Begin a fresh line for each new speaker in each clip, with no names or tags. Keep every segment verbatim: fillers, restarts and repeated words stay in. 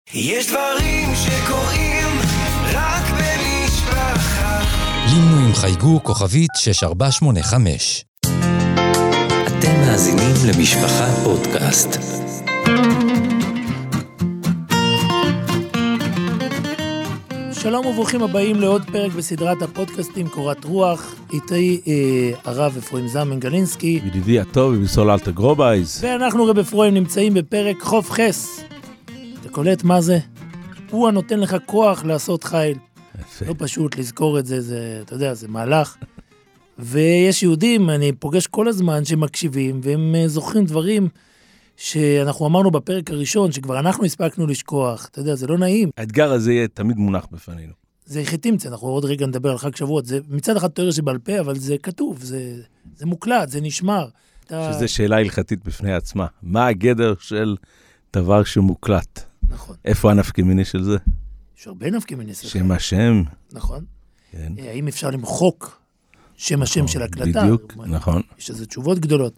יש דברים שקורים רק במשפחה.
לינו עם חייגו כוכבית שש ארבע שמונה חמש.
אתם מאזינים למשפחה פודקאסט.
שלום וברוכים הבאים לעוד פרק בסדרת הפודקאסטים קורת רוח. איתי אה, הרב אפרים זמן גלינסקי.
ידידי הטוב ובסול אלתר גרובייז.
ואנחנו רב אפרים נמצאים בפרק חוף חס. אתה קולט מה זה? הוא הנותן לך כוח לעשות חיל.
יפה.
לא פשוט לזכור את זה, זה, אתה יודע, זה מהלך. ויש יהודים, אני פוגש כל הזמן שמקשיבים, והם זוכרים דברים שאנחנו אמרנו בפרק הראשון, שכבר אנחנו הספקנו לשכוח. אתה יודע, זה לא נעים.
האתגר הזה יהיה תמיד מונח בפנינו.
זה חיתימצה, אנחנו עוד רגע נדבר על חג שבועות. זה מצד אחד תיאוריה שבעל פה, אבל זה כתוב, זה, זה מוקלט, זה נשמר. אתה...
שזה שאלה הלכתית בפני עצמה. מה הגדר של דבר שמוקלט?
נכון.
איפה הנפקמיני של זה?
יש הרבה נפקמיני.
שם השם.
נכון.
כן.
האם אפשר למחוק שם השם של הקלטה?
בדיוק, נכון.
יש איזה תשובות גדולות.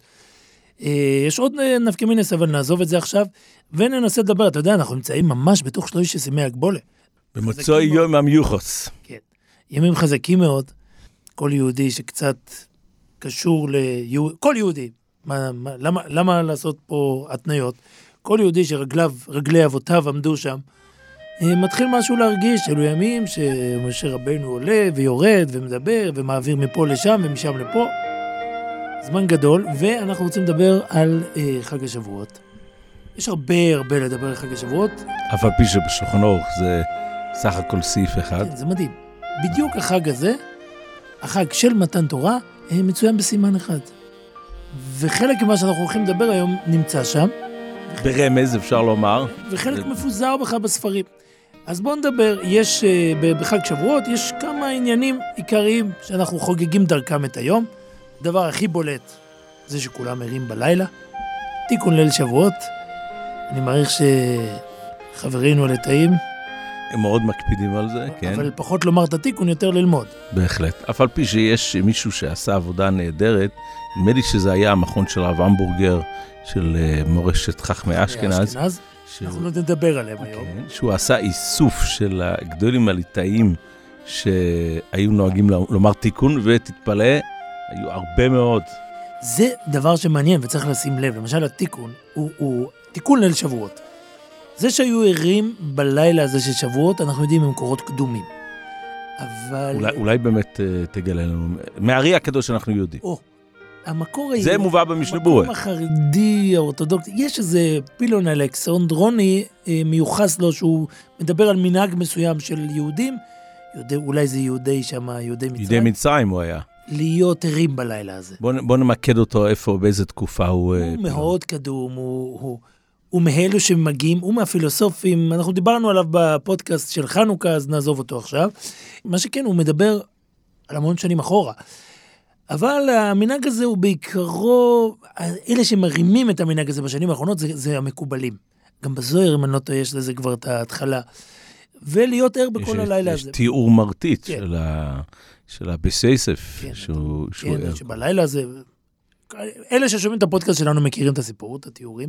יש עוד נפקמינס, אבל נעזוב את זה עכשיו, וננסה לדבר. אתה יודע, אנחנו נמצאים ממש בתוך שלוש ימי הגבולה.
במוצאי יום המיוחס.
כן. ימים חזקים מאוד. כל יהודי שקצת קשור ליהודי, כל יהודי. מה, מה, למה, למה לעשות פה התניות? כל יהודי שרגליו, רגלי אבותיו עמדו שם, מתחיל משהו להרגיש, אלו ימים שמשה רבנו עולה ויורד ומדבר ומעביר מפה לשם ומשם לפה. זמן גדול, ואנחנו רוצים לדבר על אה, חג השבועות. יש הרבה הרבה לדבר על חג השבועות.
אף על פי שבשולחן אורך זה סך הכל סעיף אחד.
כן, זה מדהים. בדיוק החג הזה, החג של מתן תורה, מצוין בסימן אחד. וחלק ממה שאנחנו הולכים לדבר היום נמצא שם.
ברמז אפשר לומר.
וחלק מפוזר בכלל בספרים. אז בואו נדבר, יש בחג שבועות, יש כמה עניינים עיקריים שאנחנו חוגגים דרכם את היום. הדבר הכי בולט זה שכולם ערים בלילה. תיקון ליל שבועות. אני מעריך שחברינו הליטאים
הם מאוד מקפידים על זה, כן.
אבל פחות לומר את התיקון, יותר ללמוד.
בהחלט. אף על פי שיש מישהו שעשה עבודה נהדרת, נדמה לי שזה היה המכון של הרב המבורגר, של מורשת חכמי אשכנז.
אנחנו לא נדבר עליהם היום.
שהוא עשה איסוף של הגדולים הליטאים שהיו נוהגים לומר תיקון, ותתפלא, היו הרבה מאוד.
זה דבר שמעניין וצריך לשים לב. למשל, התיקון הוא, הוא תיקון ליל שבועות. זה שהיו ערים בלילה הזה של שבועות, אנחנו יודעים ממקורות קדומים. אבל...
אולי, אולי באמת תגלה לנו. מהארי הקדוש אנחנו יודעים.
או, המקור...
זה מובא במשנה ברורה.
המקום החרדי, האורתודוקסי, יש איזה פילון אלכסנדרוני מיוחס לו, שהוא מדבר על מנהג מסוים של יהודים, יודע, אולי זה יהודי שם, יהודי מצרים.
יהודי מצרים הוא היה.
להיות ערים בלילה הזה.
בוא, בוא נמקד אותו איפה, באיזה תקופה הוא...
הוא מאוד קדום, הוא... הוא הוא מאלו שמגיעים, הוא מהפילוסופים, אנחנו דיברנו עליו בפודקאסט של חנוכה, אז נעזוב אותו עכשיו. מה שכן, הוא מדבר על המון שנים אחורה. אבל המנהג הזה הוא בעיקרו, אלה שמרימים את המנהג הזה בשנים האחרונות, זה, זה המקובלים. גם בזוהר, אם אני לא טועה, יש לזה כבר את ההתחלה. ולהיות ער בכל
יש,
הלילה
יש
הזה.
יש תיאור מרטיט
כן.
של, ה, של הבסייסף.
כן,
שהוא,
כן,
שהוא
שבלילה הזה, אלה ששומעים את הפודקאסט שלנו מכירים את הסיפור, את התיאורים.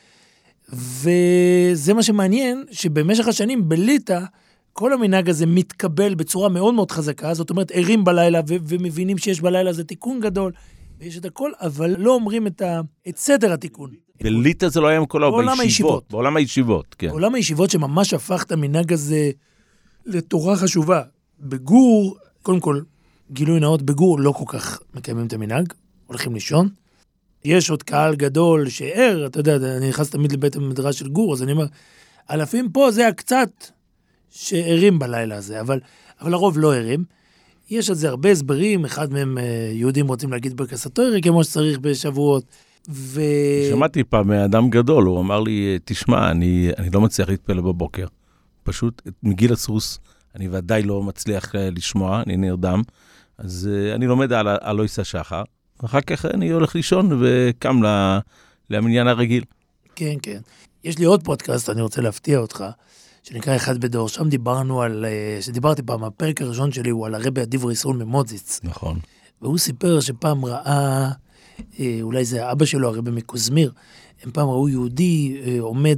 וזה מה שמעניין, שבמשך השנים בליטא, כל המנהג הזה מתקבל בצורה מאוד מאוד חזקה, זאת אומרת, ערים בלילה ו- ומבינים שיש בלילה זה תיקון גדול, ויש את הכל, אבל לא אומרים את, ה- את סדר התיקון.
בליטא זה לא היה מקולל,
בעולם הישיבות.
בעולם הישיבות, כן.
בעולם הישיבות שממש הפך את המנהג הזה לתורה חשובה. בגור, קודם כל, גילוי נאות, בגור לא כל כך מקיימים את המנהג, הולכים לישון, יש עוד קהל גדול שער, אתה יודע, אני נכנס תמיד לבית המדרש של גור, אז אני אומר, אלפים פה זה הקצת שערים בלילה הזה, אבל, אבל הרוב לא ערים. יש על זה הרבה הסברים, אחד מהם יהודים רוצים להגיד ברכת התורה, כמו שצריך בשבועות. ו...
שמעתי פעם מאדם גדול, הוא אמר לי, תשמע, אני, אני לא מצליח להתפלל בבוקר. פשוט, מגיל הסוס, אני ודאי לא מצליח לשמוע, אני נרדם, אז אני לומד על, על לא יישא שחר. אחר כך אני הולך לישון וקם למניין הרגיל.
כן, כן. יש לי עוד פודקאסט, אני רוצה להפתיע אותך, שנקרא אחד בדור. שם דיברנו על, שדיברתי פעם, הפרק הראשון שלי הוא על הרבי הדברי ישראל ממוזיץ.
נכון.
והוא סיפר שפעם ראה, אולי זה האבא שלו, הרבי מקוזמיר, הם פעם ראו יהודי עומד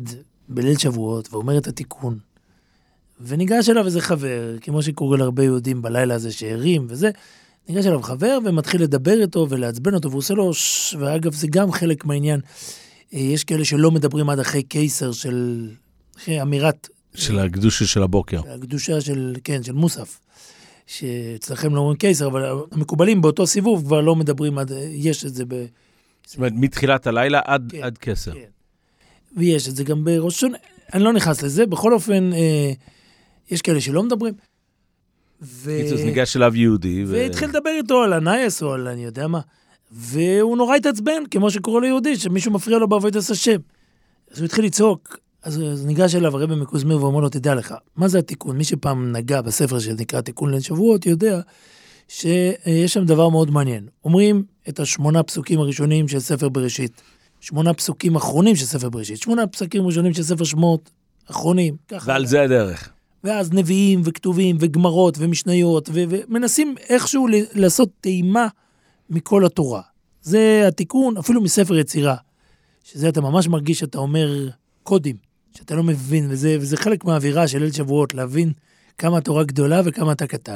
בליל שבועות, ואומר את התיקון, וניגש אליו איזה חבר, כמו שקורה להרבה יהודים בלילה הזה שערים וזה, ניגש אליו חבר ומתחיל לדבר איתו ולעצבן אותו, והוא עושה לו, ש... ואגב זה גם חלק מהעניין, יש כאלה שלא מדברים עד אחרי קיסר של, אחרי אמירת,
של הקדושה של הבוקר.
הקדושה של, כן, של מוסף, שאצלכם לא אומרים קיסר, אבל המקובלים באותו סיבוב כבר לא מדברים עד, יש את זה ב...
זאת אומרת, מתחילת הלילה עד,
כן,
עד כסר.
כן. ויש את זה גם בראש השונה, אני לא נכנס לזה, בכל אופן, אה, יש כאלה שלא מדברים. ו...
קיצוץ ניגש אליו יהודי. ו...
והתחיל לדבר איתו על הנייס או על אני יודע מה, והוא נורא התעצבן, כמו שקורא ליהודי, שמישהו מפריע לו בעבודת השם. אז הוא התחיל לצעוק, אז, אז ניגש אליו הרב מקוזמיר ואומר לו, תדע לך, מה זה התיקון? מי שפעם נגע בספר שנקרא תיקון ליל שבועות, יודע שיש שם דבר מאוד מעניין. אומרים את השמונה פסוקים הראשונים של ספר בראשית, שמונה פסוקים אחרונים של ספר בראשית, שמונה פסוקים ראשונים של ספר שמות, אחרונים. ככה.
ועל זה הדרך.
ואז נביאים וכתובים וגמרות ומשניות, ו- ומנסים איכשהו ל- לעשות טעימה מכל התורה. זה התיקון, אפילו מספר יצירה, שזה אתה ממש מרגיש שאתה אומר קודים, שאתה לא מבין, וזה, וזה חלק מהאווירה של ליל שבועות, להבין כמה התורה גדולה וכמה אתה קטן.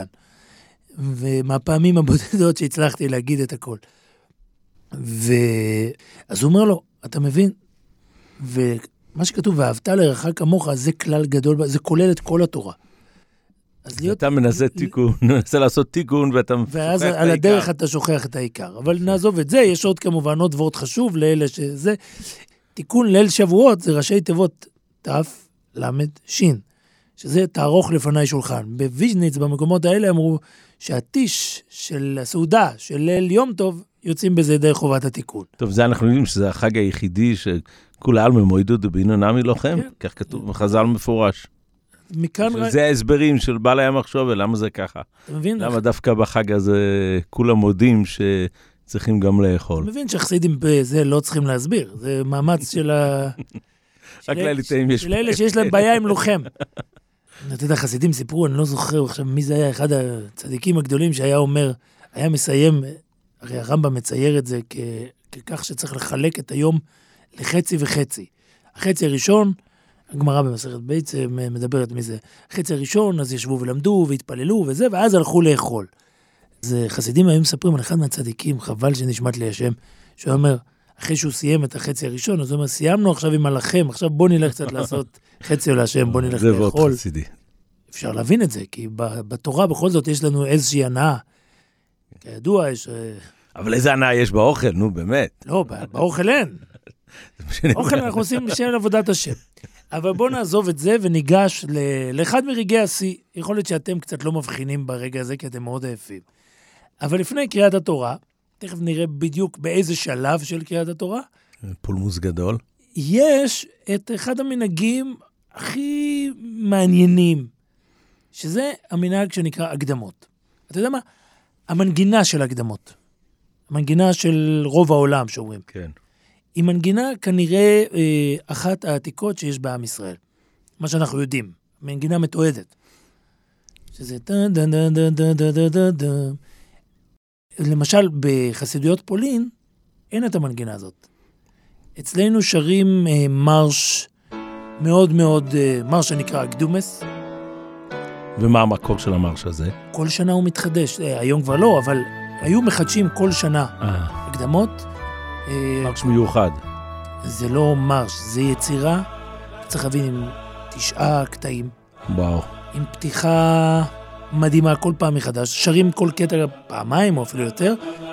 ומהפעמים הבודדות שהצלחתי להגיד את הכל. ו... אז הוא אומר לו, אתה מבין? ומה שכתוב, ואהבת לרעך כמוך, זה כלל גדול, זה כולל את כל התורה. אז להיות...
אתה מנסה תיקון, מנסה לעשות תיקון, ואתה שוכח את העיקר.
ואז על הדרך אתה שוכח את העיקר. אבל נעזוב את זה, יש עוד כמובן עוד וורט חשוב לאלה שזה. תיקון ליל שבועות, זה ראשי תיבות תף, למד, שין. שזה תערוך לפני שולחן. בוויז'ניץ, במקומות האלה, אמרו שהטיש של הסעודה, של ליל יום טוב, יוצאים בזה די חובת התיקון.
טוב, זה אנחנו יודעים שזה החג היחידי שכולי עלמא מועידות דבינן נמי לוחם, כך כתוב בחז"ל מפורש.
מכאן...
זה ההסברים של בעל הים מחשוב, למה זה ככה?
אתה מבין?
למה דווקא בחג הזה כולם מודים שצריכים גם לאכול?
אתה מבין שהחסידים בזה לא צריכים להסביר, זה מאמץ של ה...
רק לליטאים יש...
של אלה שיש להם בעיה עם לוחם. אתה יודע, חסידים סיפרו, אני לא זוכר עכשיו מי זה היה, אחד הצדיקים הגדולים שהיה אומר, היה מסיים, הרי הרמב"ם מצייר את זה כ... ככך שצריך לחלק את היום לחצי וחצי. החצי הראשון, הגמרא במסכת ביצה מדברת מזה, החצי הראשון, אז ישבו ולמדו והתפללו וזה, ואז הלכו לאכול. אז חסידים היו מספרים על אחד מהצדיקים, חבל שנשמט לי השם, שהוא אומר, אחרי שהוא סיים את החצי הראשון, אז הוא אומר, סיימנו עכשיו עם הלחם, עכשיו בוא נלך קצת לעשות חצי על השם, בוא נלך לאכול.
זה וורט חסידי.
אפשר להבין את זה, כי בתורה בכל זאת יש לנו איזושהי הנאה. כידוע יש...
אבל איזה הנאה יש באוכל, נו באמת.
לא, באוכל אין. אוכל אנחנו עושים בשם עבודת השם. אבל בואו נעזוב את זה וניגש לאחד מרגעי השיא. יכול להיות שאתם קצת לא מבחינים ברגע הזה, כי אתם מאוד עייפים. אבל לפני קריאת התורה, תכף נראה בדיוק באיזה שלב של קריאת התורה.
פולמוס גדול.
יש את אחד המנהגים הכי מעניינים, שזה המנהג שנקרא הקדמות. אתה יודע מה? המנגינה של הקדמות. המנגינה של רוב העולם, שאומרים.
כן.
היא מנגינה כנראה אה, אחת העתיקות שיש בעם ישראל. מה שאנחנו יודעים. מנגינה מתועדת. שזה... למשל, בחסידויות פולין, אין את המנגינה הזאת. אצלנו שרים אה, מרש מאוד מאוד, אה, מרש שנקרא אקדומס.
ומה המקור של המרש הזה?
כל שנה הוא מתחדש. אה, היום כבר לא, אבל היו מחדשים כל שנה
אה.
הקדמות. אה,
מרש מיוחד.
זה לא מרש, זה יצירה, צריך להבין, עם תשעה קטעים.
וואו.
עם פתיחה מדהימה כל פעם מחדש. שרים כל קטע פעמיים או אפילו יותר.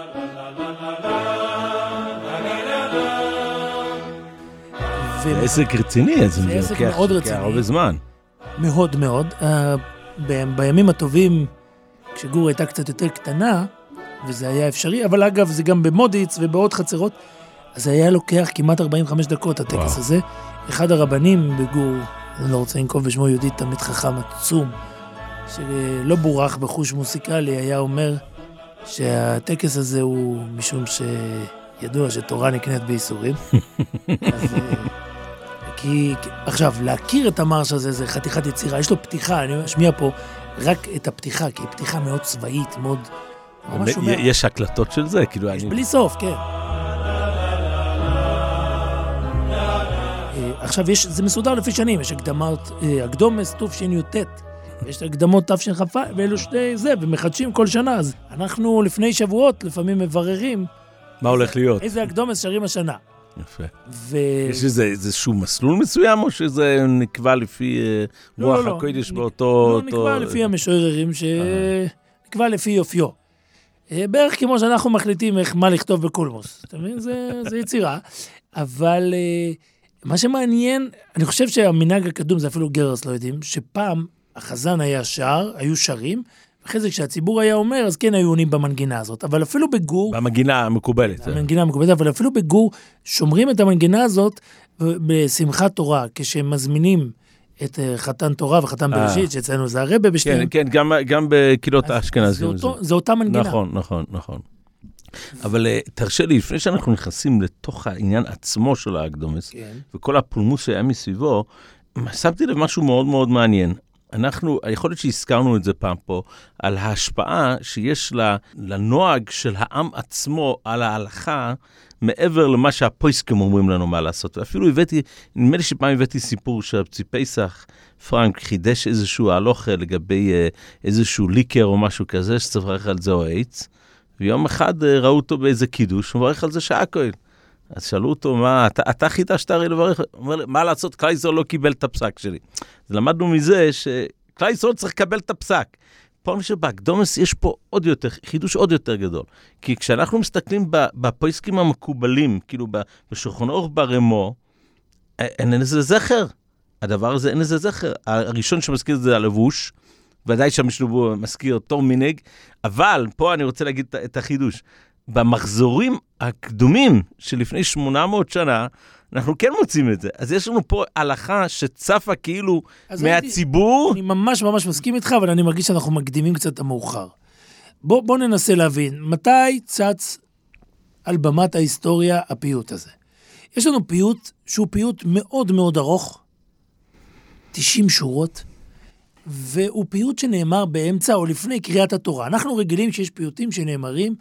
זה עסק רציני, זה
עסק מאוד רציני.
הרבה זמן.
מאוד מאוד. בימים הטובים, כשגור הייתה קצת יותר קטנה, וזה היה אפשרי, אבל אגב זה גם במודיץ ובעוד חצרות, אז זה היה לוקח כמעט ארבעים וחמש דקות הטקס וואו. הזה. אחד הרבנים בגור, אני לא רוצה לנקוב בשמו יהודי, תמיד חכם עצום, שלא בורח בחוש מוסיקלי, היה אומר שהטקס הזה הוא משום שידוע שתורה נקנית בייסורים. אז, כי, עכשיו, להכיר את המרש הזה זה חתיכת יצירה, יש לו פתיחה, אני משמיע פה רק את הפתיחה, כי היא פתיחה מאוד צבאית, מאוד...
יש הקלטות של זה? כאילו
יש בלי סוף, כן. עכשיו, יש, זה מסודר לפי שנים, יש הקדמות, הקדומס, טוב שין יוטט, יש הקדמות תף שין חפה, ואלו שתי זה, ומחדשים כל שנה, אז אנחנו לפני שבועות, לפעמים מבררים,
מה הולך להיות?
איזה הקדומס שרים השנה.
יפה.
ו...
יש איזה, איזשהו מסלול מסוים, או שזה נקבע לפי
לא,
רוח
לא, לא.
הקודש
נ...
באותו...
לא,
אותו...
נקבע לפי המשוררים, שנקבע לפי יופיו. בערך כמו שאנחנו מחליטים איך מה לכתוב בקולמוס. אתה מבין? זה, זה יצירה. אבל מה שמעניין, אני חושב שהמנהג הקדום, זה אפילו גרס לא יודעים, שפעם החזן היה שר, היו שרים, אחרי זה כשהציבור היה אומר, אז כן היו עונים במנגינה הזאת. אבל אפילו בגור...
במנגינה המקובלת.
המנגינה המקובלת, אבל אפילו בגור שומרים את המנגינה הזאת בשמחת תורה, כשהם מזמינים את חתן תורה וחתן בראשית, שאצלנו זה הרבה בשתיהם.
כן, כן, גם, גם בקהילות האשכנזים.
זה, זה אותה מנגינה.
נכון, נכון, נכון. אבל תרשה לי, לפני שאנחנו נכנסים לתוך העניין עצמו של האקדומס, כן. וכל הפולמוס שהיה מסביבו, שמתי לב משהו מאוד מאוד מעניין. אנחנו, יכול להיות שהזכרנו את זה פעם פה, על ההשפעה שיש לנוהג של העם עצמו על ההלכה, מעבר למה שהפויסקים אומרים לנו מה לעשות. ואפילו הבאתי, נדמה לי שפעם הבאתי סיפור שהפצי פסח, פרנק חידש איזשהו הלוכה לגבי איזשהו ליקר או משהו כזה, שצריך על זה או עץ, ויום אחד ראו אותו באיזה קידוש, הוא מברך על זה שעה כהן. אז שאלו אותו, מה, אתה, אתה חידשת הרי לברך? הוא אומר, מה לעשות? כלל ישראל לא קיבל את הפסק שלי. אז למדנו מזה שכלל ישראל צריך לקבל את הפסק. פה משהו באקדומס יש פה עוד יותר, חידוש עוד יותר גדול. כי כשאנחנו מסתכלים בפויסקים המקובלים, כאילו בשולחן אורך ברמו, אין איזה זכר. הדבר הזה אין איזה זכר. הראשון שמזכיר את זה הלבוש, ודאי שהמשלובו מזכיר תור מנהג, אבל פה אני רוצה להגיד את החידוש. במחזורים הקדומים שלפני שמונה מאות שנה, אנחנו כן מוצאים את זה. אז יש לנו פה הלכה שצפה כאילו מהציבור.
אני ממש ממש מסכים איתך, אבל אני מרגיש שאנחנו מקדימים קצת המאוחר. בוא, בוא ננסה להבין, מתי צץ על במת ההיסטוריה הפיוט הזה? יש לנו פיוט שהוא פיוט מאוד מאוד ארוך, תשעים שורות, והוא פיוט שנאמר באמצע או לפני קריאת התורה. אנחנו רגילים שיש פיוטים שנאמרים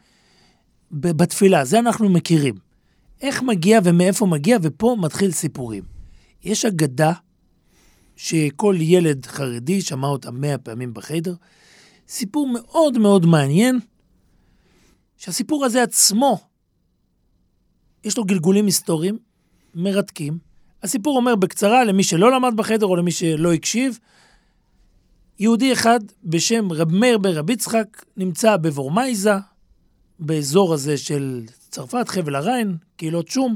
בתפילה, זה אנחנו מכירים. איך מגיע ומאיפה מגיע, ופה מתחיל סיפורים. יש אגדה שכל ילד חרדי שמע אותה מאה פעמים בחדר, סיפור מאוד מאוד מעניין, שהסיפור הזה עצמו, יש לו גלגולים היסטוריים, מרתקים. הסיפור אומר בקצרה, למי שלא למד בחדר או למי שלא הקשיב, יהודי אחד בשם רב מאיר ברב יצחק, נמצא בוורמייזה, באזור הזה של צרפת, חבל הריין, קהילות שום.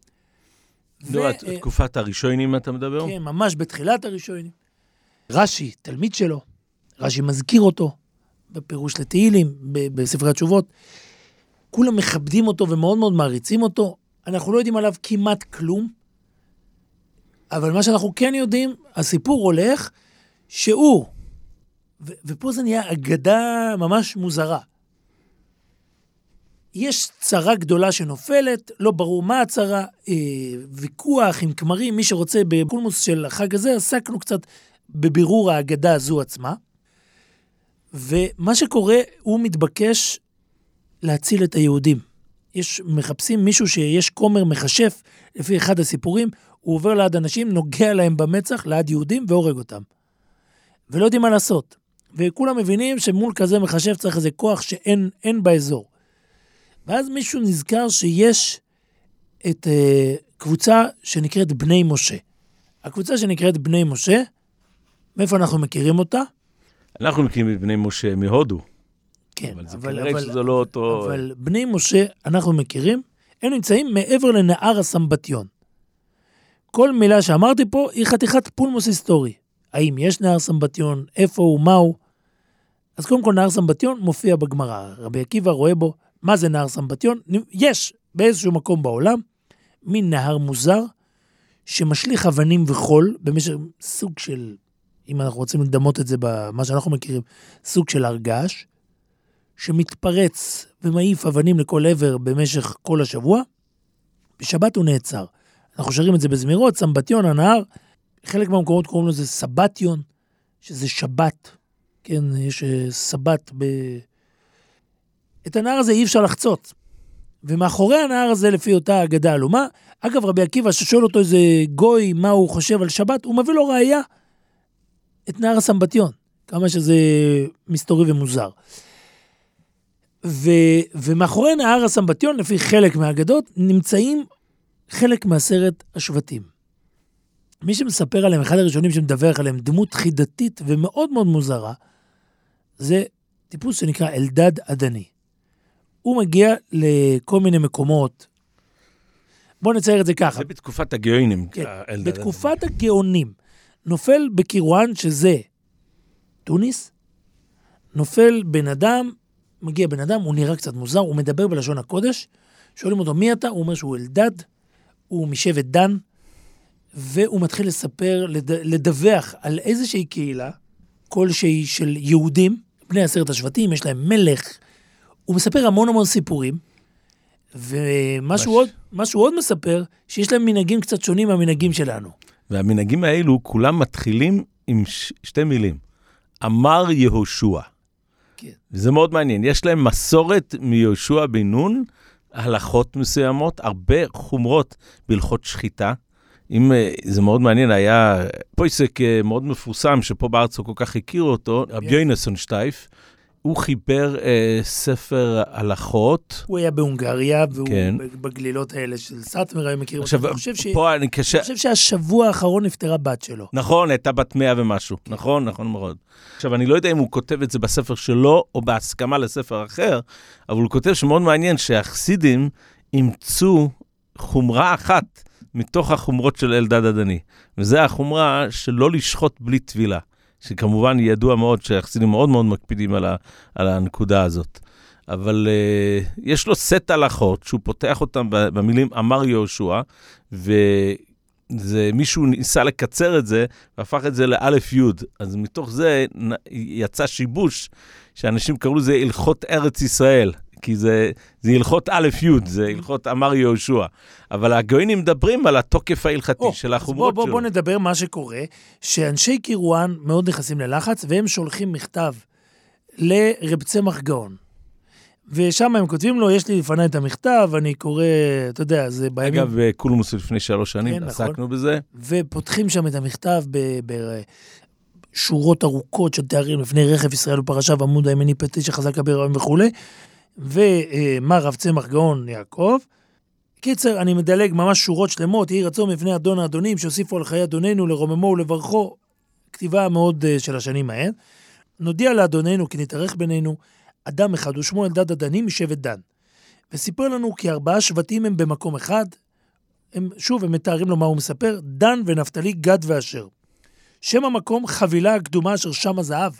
לא, תקופת הראשונים אתה מדבר?
כן, ממש בתחילת הראשונים. רש"י, תלמיד שלו, רש"י מזכיר אותו, בפירוש לתהילים, בספרי התשובות. כולם מכבדים אותו ומאוד מאוד מעריצים אותו. אנחנו לא יודעים עליו כמעט כלום, אבל מה שאנחנו כן יודעים, הסיפור הולך שהוא, ו- ופה זה נהיה אגדה ממש מוזרה. יש צרה גדולה שנופלת, לא ברור מה הצרה, אה, ויכוח עם כמרים, מי שרוצה בקולמוס של החג הזה, עסקנו קצת בבירור האגדה הזו עצמה, ומה שקורה, הוא מתבקש להציל את היהודים. יש, מחפשים מישהו שיש כומר מחשף, לפי אחד הסיפורים, הוא עובר ליד אנשים, נוגע להם במצח, ליד יהודים, והורג אותם. ולא יודעים מה לעשות. וכולם מבינים שמול כזה מחשף צריך איזה כוח שאין אין באזור. ואז מישהו נזכר שיש את uh, קבוצה שנקראת בני משה. הקבוצה שנקראת בני משה, מאיפה אנחנו מכירים אותה?
אנחנו מכירים את בני משה מהודו.
כן,
אבל,
אבל,
אבל,
אבל,
שזה לא אותו...
אבל בני משה אנחנו מכירים, הם נמצאים מעבר לנהר הסמבטיון. כל מילה שאמרתי פה היא חתיכת פולמוס היסטורי. האם יש נהר סמבטיון, איפה הוא, מהו? אז קודם כל נהר סמבטיון מופיע בגמרא. רבי עקיבא רואה בו, מה זה נהר סמבטיון? יש באיזשהו מקום בעולם, מין נהר מוזר, שמשליך אבנים וחול, במשך סוג של, אם אנחנו רוצים לדמות את זה במה שאנחנו מכירים, סוג של הרגש, שמתפרץ ומעיף אבנים לכל עבר במשך כל השבוע, בשבת הוא נעצר. אנחנו שרים את זה בזמירות, סמבטיון, הנהר, חלק מהמקומות קוראים לזה סבטיון, שזה שבת, כן, יש סבת ב... את הנהר הזה אי אפשר לחצות. ומאחורי הנהר הזה, לפי אותה אגדה עלומה, אגב, רבי עקיבא, ששואל אותו איזה גוי, מה הוא חושב על שבת, הוא מביא לו ראייה, את נהר הסמבטיון, כמה שזה מסתורי ומוזר. ו, ומאחורי נהר הסמבטיון, לפי חלק מהאגדות, נמצאים חלק מעשרת השבטים. מי שמספר עליהם, אחד הראשונים שמדווח עליהם, דמות חידתית ומאוד מאוד מוזרה, זה טיפוס שנקרא אלדד עדני. הוא מגיע לכל מיני מקומות, בואו נצייר את זה ככה.
זה בתקופת הגאונים.
כן, בתקופת הגאונים, נופל בקירואן שזה טוניס, נופל בן אדם, מגיע בן אדם, הוא נראה קצת מוזר, הוא מדבר בלשון הקודש, שואלים אותו מי אתה, הוא אומר שהוא אלדד, הוא משבט דן, והוא מתחיל לספר, לד... לדווח על איזושהי קהילה, כלשהי של יהודים, בני עשרת השבטים, יש להם מלך, הוא מספר המון המון סיפורים, ומשהו עוד, משהו עוד מספר, שיש להם מנהגים קצת שונים מהמנהגים שלנו.
והמנהגים האלו, כולם מתחילים עם ש... שתי מילים. אמר יהושע.
כן.
וזה מאוד מעניין. יש להם מסורת מיהושע בן נון, הלכות מסוימות, הרבה חומרות בהלכות שחיטה. אם זה מאוד מעניין, היה פויסק מאוד מפורסם, שפה בארץ הוא כל כך הכירו אותו, רבי יונסון שטייף, הוא חיבר אה, ספר הלכות.
הוא היה בהונגריה, והוא כן. בגלילות האלה של סאטמר, היו מכירים
עכשיו,
אותו. אני חושב,
פה אני, קשה...
אני חושב שהשבוע האחרון נפטרה בת שלו.
נכון, הייתה בת מאה ומשהו. כן. נכון, נכון מאוד. עכשיו, אני לא יודע אם הוא כותב את זה בספר שלו, או בהסכמה לספר אחר, אבל הוא כותב שמאוד מעניין שהחסידים אימצו חומרה אחת, מתוך החומרות של אלדד עדני. וזה החומרה של לא לשחוט בלי טבילה. שכמובן ידוע מאוד שהחסידים מאוד מאוד מקפידים על, ה, על הנקודה הזאת. אבל uh, יש לו סט הלכות שהוא פותח אותם במילים אמר יהושע, וזה מישהו ניסה לקצר את זה, והפך את זה לאלף יוד. אז מתוך זה יצא שיבוש, שאנשים קראו לזה הלכות ארץ ישראל. כי זה, זה הלכות א' י', זה הלכות אמר יהושע. אבל הגאונים מדברים על התוקף ההלכתי oh, של החומרות
בוא,
שלו.
בוא, בוא נדבר מה שקורה, שאנשי קירואן מאוד נכנסים ללחץ, והם שולחים מכתב לרב צמח גאון. ושם הם כותבים לו, יש לי לפני את המכתב, אני קורא, אתה יודע, זה בימים...
אגב, קולמוס לפני שלוש שנים, כן, עסקנו נכון. בזה.
ופותחים שם את המכתב בשורות ארוכות של תארים לפני רכב ישראל ופרשה ועמוד הימני פתי שחזק הביראים וכו'. ומה רב צמח גאון יעקב. קיצר, אני מדלג ממש שורות שלמות, יהי רצון מפני אדון האדונים, שהוסיפו על חיי אדוננו לרוממו ולברכו, כתיבה מאוד uh, של השנים ההן. נודיע לאדוננו כי נתארך בינינו אדם אחד ושמו אלדד עדני משבט דן. וסיפר לנו כי ארבעה שבטים הם במקום אחד, הם, שוב, הם מתארים לו מה הוא מספר, דן ונפתלי, גד ואשר. שם המקום חבילה הקדומה אשר שם הזהב.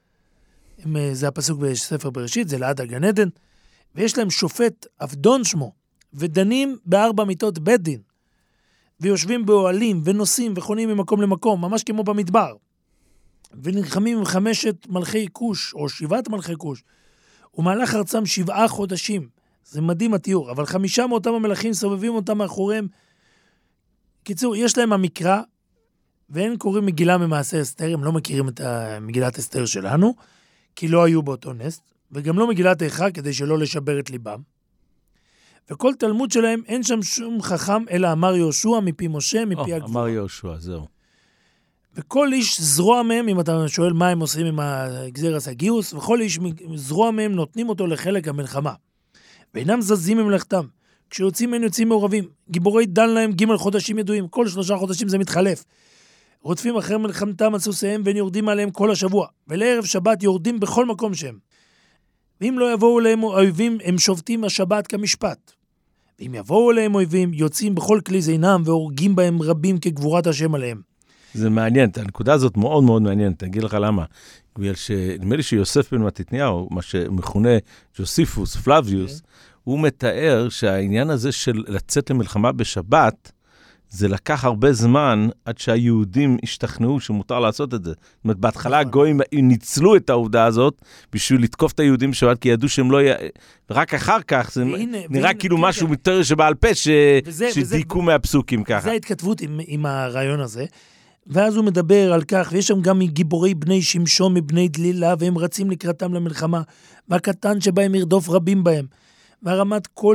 זה הפסוק בספר בראשית, זה לעד הגן עדן, ויש להם שופט אבדון שמו, ודנים בארבע מיטות בית דין, ויושבים באוהלים, ונוסעים, וחונים ממקום למקום, ממש כמו במדבר, ונלחמים עם חמשת מלכי כוש, או שבעת מלכי כוש, ומהלך ארצם שבעה חודשים, זה מדהים התיאור, אבל חמישה מאותם המלכים סובבים אותם מאחוריהם. קיצור, יש להם המקרא, והם קוראים מגילה ממעשה אסתר, הם לא מכירים את מגילת אסתר שלנו, כי לא היו באותו נס, וגם לא מגילת איכה, כדי שלא לשבר את ליבם. וכל תלמוד שלהם, אין שם שום חכם, אלא אמר יהושע מפי משה, מפי הגבורה.
אמר יהושע, זהו.
וכל איש זרוע מהם, אם אתה שואל מה הם עושים עם הגזירס הגיוס, וכל איש זרוע מהם נותנים אותו לחלק המלחמה. ואינם זזים ממלכתם. כשיוצאים הם יוצאים מעורבים. גיבורי דן להם ג' חודשים ידועים, כל שלושה חודשים זה מתחלף. רודפים אחרי מלחמתם על סוסיהם, והם יורדים עליהם כל השבוע. ולערב שבת יורדים בכל מקום שהם. ואם לא יבואו אליהם אויבים, הם שובתים השבת כמשפט. ואם יבואו אליהם אויבים, יוצאים בכל כלי זינם, והורגים בהם רבים כגבורת השם עליהם.
זה מעניין, הנקודה הזאת מאוד מאוד מעניינת, אני אגיד לך למה. בגלל שנדמה לי שיוסף בן מתתיהו, מה שמכונה ג'וסיפוס, פלביוס, הוא מתאר שהעניין הזה של לצאת למלחמה בשבת, זה לקח הרבה זמן עד שהיהודים השתכנעו שמותר לעשות את זה. זאת אומרת, בהתחלה הגויים ניצלו את העובדה הזאת בשביל לתקוף את היהודים בשבת, כי ידעו שהם לא... י... ורק אחר כך זה והנה, נראה והנה, כאילו כן, משהו כן. יותר שבעל פה ש... וזה, שדייקו וזה, מהפסוקים ככה.
זה ההתכתבות עם, עם הרעיון הזה. ואז הוא מדבר על כך, ויש שם גם גיבורי בני שמשון מבני דלילה, והם רצים לקראתם למלחמה, והקטן שבהם ירדוף רבים בהם. והרמת כל...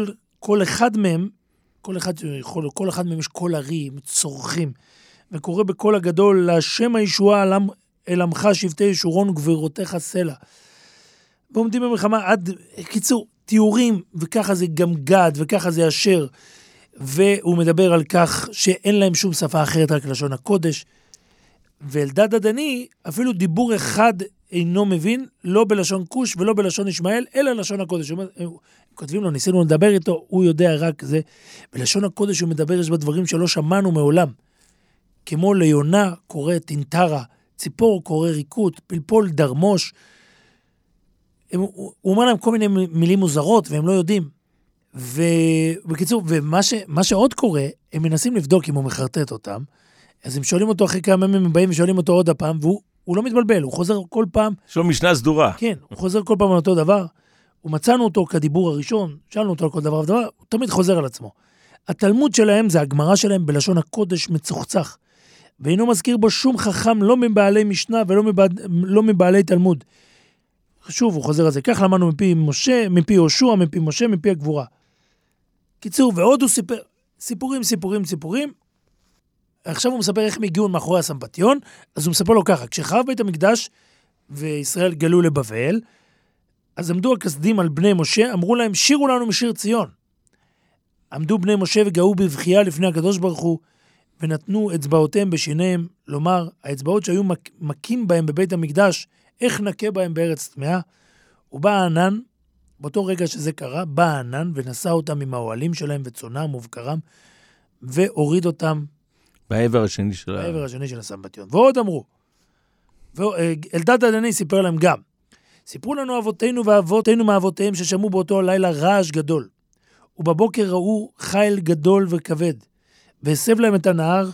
כל אחד מהם, כל אחד יכול, כל אחד מהם יש קול ארי, צורכים, וקורא בקול הגדול, להשם הישועה אל עמך שבטי ישורון וגבירותיך סלע. ועומדים במלחמה עד, קיצור, תיאורים, וככה זה גם גד, וככה זה אשר, והוא מדבר על כך שאין להם שום שפה אחרת, רק לשון הקודש, ואלדד הדני, אפילו דיבור אחד אינו מבין, לא בלשון כוש ולא בלשון ישמעאל, אלא לשון הקודש. הם כותבים לו, ניסינו לדבר איתו, הוא יודע רק זה. בלשון הקודש הוא מדבר, יש בדברים שלא שמענו מעולם. כמו ליונה קורא טינטרה, ציפור קורא ריקות, פלפול דרמוש. הם, הוא אומר להם כל מיני מילים מוזרות, והם לא יודעים. ובקיצור, ומה ש, מה שעוד קורה, הם מנסים לבדוק אם הוא מחרטט אותם, אז הם שואלים אותו אחרי כמה ימים, הם באים ושואלים אותו עוד הפעם, והוא הוא לא מתבלבל, הוא חוזר כל פעם.
יש לו משנה סדורה.
כן, הוא חוזר כל פעם על אותו דבר. ומצאנו אותו כדיבור הראשון, שאלנו אותו על כל דבר ודבר, הוא תמיד חוזר על עצמו. התלמוד שלהם, זה הגמרא שלהם בלשון הקודש מצוחצח, ואינו מזכיר בו שום חכם, לא מבעלי משנה ולא מבע... לא מבעלי תלמוד. שוב, הוא חוזר על זה. כך למדנו מפי משה, מפי יהושע, מפי משה, מפי הגבורה. קיצור, ועוד הוא סיפר, סיפורים, סיפורים, סיפורים, עכשיו הוא מספר איך מגיעו מאחורי הסמבטיון, אז הוא מספר לו ככה, כשחרב בית המקדש וישראל גלו לבבל, אז עמדו הכסדים על בני משה, אמרו להם, שירו לנו משיר ציון. עמדו בני משה וגאו בבכייה לפני הקדוש ברוך הוא, ונתנו אצבעותיהם בשיניהם, לומר, האצבעות שהיו מק, מקים בהם בבית המקדש, איך נקה בהם בארץ טמאה? ובא הענן, באותו רגע שזה קרה, בא הענן ונשא אותם עם האוהלים שלהם וצונם ובקרם, והוריד אותם
בעבר השני של
בעבר השני של הסמבטיון. ועוד אמרו, אלדד הדני סיפר להם גם, סיפרו לנו אבותינו ואבותינו מאבותיהם ששמעו באותו הלילה רעש גדול, ובבוקר ראו חיל גדול וכבד, והסב להם את הנהר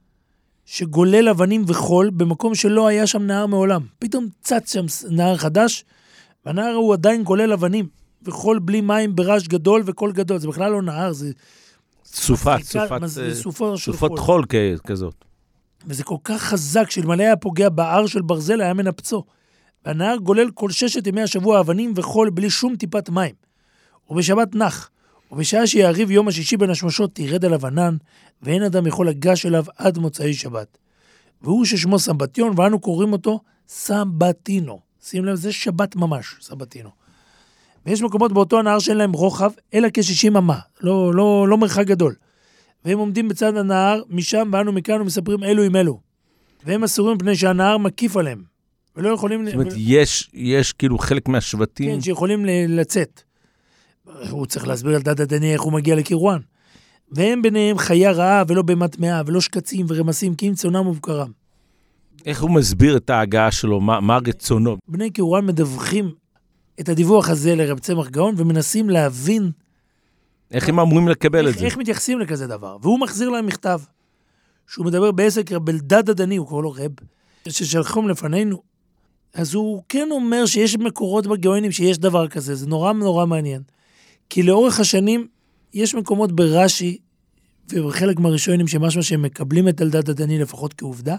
שגולל אבנים וחול במקום שלא היה שם נהר מעולם. פתאום צץ שם נהר חדש, והנהר הוא עדיין גולל אבנים וחול בלי מים ברעש גדול וקול גדול. זה בכלל לא נהר, זה
סופת, סופת, סופת חול כזאת.
וזה כל כך חזק שאלמלא היה פוגע בער של ברזל היה מנפצו. והנהר גולל כל ששת ימי השבוע אבנים וחול בלי שום טיפת מים. ובשבת נח, ובשעה שיעריב יום השישי בין השמשות תירד אליו ענן, ואין אדם יכול לגש אליו עד מוצאי שבת. והוא ששמו סמבטיון, ואנו קוראים אותו סמבטינו. שים לב, זה שבת ממש, סמבטינו. ויש מקומות באותו הנהר שאין להם רוחב, אלא כ-שישים אמה, לא, לא, לא מרחק גדול. והם עומדים בצד הנהר, משם ואנו מכאן ומספרים אלו עם אלו. והם אסורים מפני שהנהר מקיף עליהם. ולא יכולים...
זאת אומרת, יש, יש כאילו חלק מהשבטים...
כן, שיכולים לצאת. הוא צריך להסביר על דד הדני איך הוא מגיע לקירואן. והם ביניהם חיה רעה ולא בהמת טמאה, ולא שקצים ורמסים, כי אם צונם ובקרם.
איך הוא מסביר את ההגעה שלו? מה, מה רצונו?
בני קירואן מדווחים את הדיווח הזה לרב צמח גאון, ומנסים להבין...
איך הם אמורים לקבל
איך,
את זה?
איך מתייחסים לכזה דבר. והוא מחזיר להם מכתב, שהוא מדבר בעסק רב אלדד הדני, הוא קורא לו רב, ששלחום לפנינו. אז הוא כן אומר שיש מקורות בגאונים שיש דבר כזה, זה נורא נורא מעניין. כי לאורך השנים יש מקומות ברש"י, ובחלק מהראשונים שמשהו שהם מקבלים את אלדד הדני לפחות כעובדה,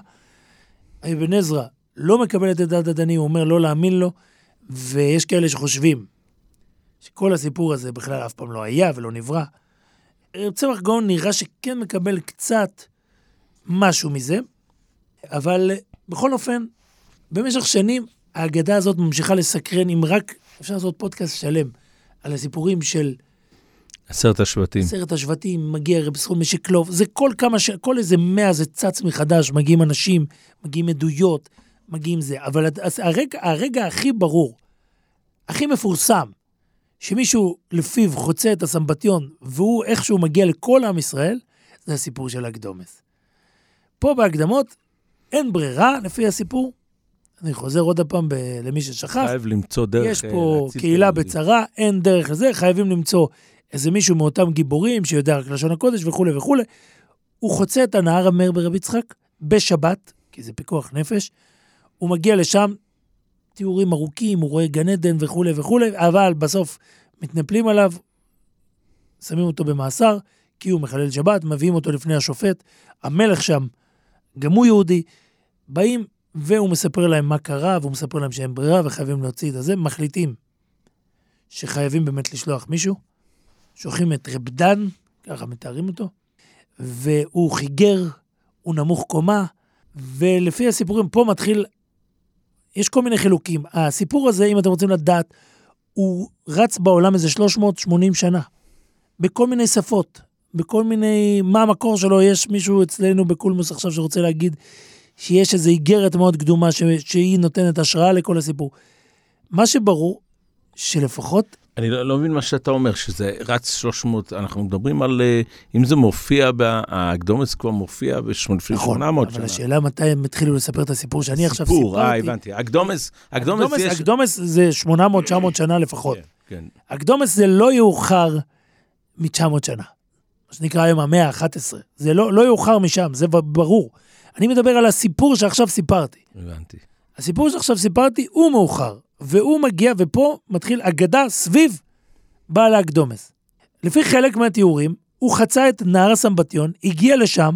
אבן עזרא לא מקבל את אלדד הדני, הוא אומר לא להאמין לו, ויש כאלה שחושבים שכל הסיפור הזה בכלל אף פעם לא היה ולא נברא. רב צמח גאון נראה שכן מקבל קצת משהו מזה, אבל בכל אופן, במשך שנים ההגדה הזאת ממשיכה לסקרן, אם רק אפשר לעשות פודקאסט שלם, על הסיפורים של
עשרת השבטים.
עשרת השבטים, מגיע רב זכות משקלוב, זה כל כמה, ש... כל איזה מאה זה צץ מחדש, מגיעים אנשים, מגיעים עדויות, מגיעים זה, אבל הרגע, הרגע הכי ברור, הכי מפורסם, שמישהו לפיו חוצה את הסמבטיון, והוא איכשהו מגיע לכל עם ישראל, זה הסיפור של הקדומס. פה בהקדמות, אין ברירה לפי הסיפור, אני חוזר עוד הפעם ב- למי ששכח.
חייב למצוא דרך.
יש פה קהילה בצרה, אין דרך לזה, חייבים למצוא איזה מישהו מאותם גיבורים שיודע רק לשון הקודש וכו' וכו'. הוא חוצה את הנהר המר ברב יצחק בשבת, כי זה פיקוח נפש, הוא מגיע לשם, תיאורים ארוכים, הוא רואה גן עדן וכו' וכו', אבל בסוף מתנפלים עליו, שמים אותו במאסר, כי הוא מחלל שבת, מביאים אותו לפני השופט, המלך שם, גם הוא יהודי, באים, והוא מספר להם מה קרה, והוא מספר להם שאין ברירה, וחייבים להוציא את זה, מחליטים שחייבים באמת לשלוח מישהו, שולחים את רב דן, ככה מתארים אותו, והוא חיגר, הוא נמוך קומה, ולפי הסיפורים פה מתחיל, יש כל מיני חילוקים. הסיפור הזה, אם אתם רוצים לדעת, הוא רץ בעולם איזה שלוש מאות ושמונים שנה, בכל מיני שפות, בכל מיני, מה המקור שלו, יש מישהו אצלנו בקולמוס עכשיו שרוצה להגיד, שיש איזו איגרת מאוד קדומה, ש... שהיא נותנת השראה לכל הסיפור. מה שברור, שלפחות...
אני לא, לא מבין מה שאתה אומר, שזה רץ שלוש מאות, אנחנו מדברים על, אם זה מופיע, האקדומס כבר מופיע ב-שמונה מאות שנה.
נכון, אבל השאלה מתי הם התחילו לספר את הסיפור שאני עכשיו סיפרתי.
סיפור, אה, הבנתי. אקדומס, אקדומס יש...
אקדומס זה שמונה מאות תשע מאות שנה לפחות.
כן, כן.
אקדומס זה לא יאוחר מ-תשע מאות שנה. מה שנקרא היום המאה ה-אחת עשרה. זה לא, לא יאוחר משם, זה ברור. אני מדבר על הסיפור שעכשיו סיפרתי.
הבנתי.
הסיפור שעכשיו סיפרתי הוא מאוחר, והוא מגיע, ופה מתחיל אגדה סביב בעל האקדומס. לפי חלק מהתיאורים, הוא חצה את נהר הסמבטיון, הגיע לשם,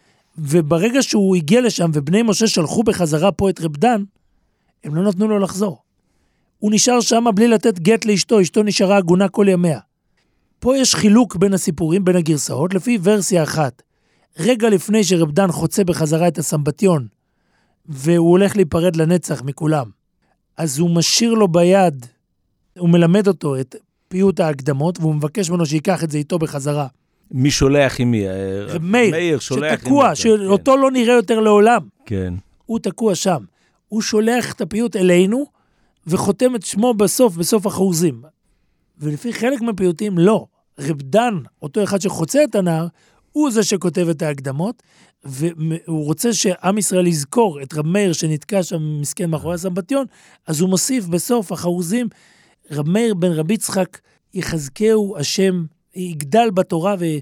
וברגע שהוא הגיע לשם, ובני משה שלחו בחזרה פה את רב דן, הם לא נתנו לו לחזור. הוא נשאר שם בלי לתת גט לאשתו, אשתו נשארה עגונה כל ימיה. פה יש חילוק בין הסיפורים, בין הגרסאות, לפי ורסיה אחת. רגע לפני שרב דן חוצה בחזרה את הסמבטיון, והוא הולך להיפרד לנצח מכולם, אז הוא משאיר לו ביד, הוא מלמד אותו את פיוט ההקדמות, והוא מבקש ממנו שיקח את זה איתו בחזרה.
מי שולח עם מי?
רב מאיר,
מאיר שולח
שתקוע,
עם
שאותו כן. לא נראה יותר לעולם.
כן.
הוא תקוע שם. הוא שולח את הפיוט אלינו, וחותם את שמו בסוף, בסוף החורזים. ולפי חלק מהפיוטים, לא. רב דן, אותו אחד שחוצה את הנהר, הוא זה שכותב את ההקדמות, והוא רוצה שעם ישראל יזכור את רב מאיר שנתקע שם מסכן מאחורי הסמבטיון, אז הוא מוסיף בסוף החרוזים, רב מאיר בן רבי יצחק יחזקהו השם, יגדל בתורה ו...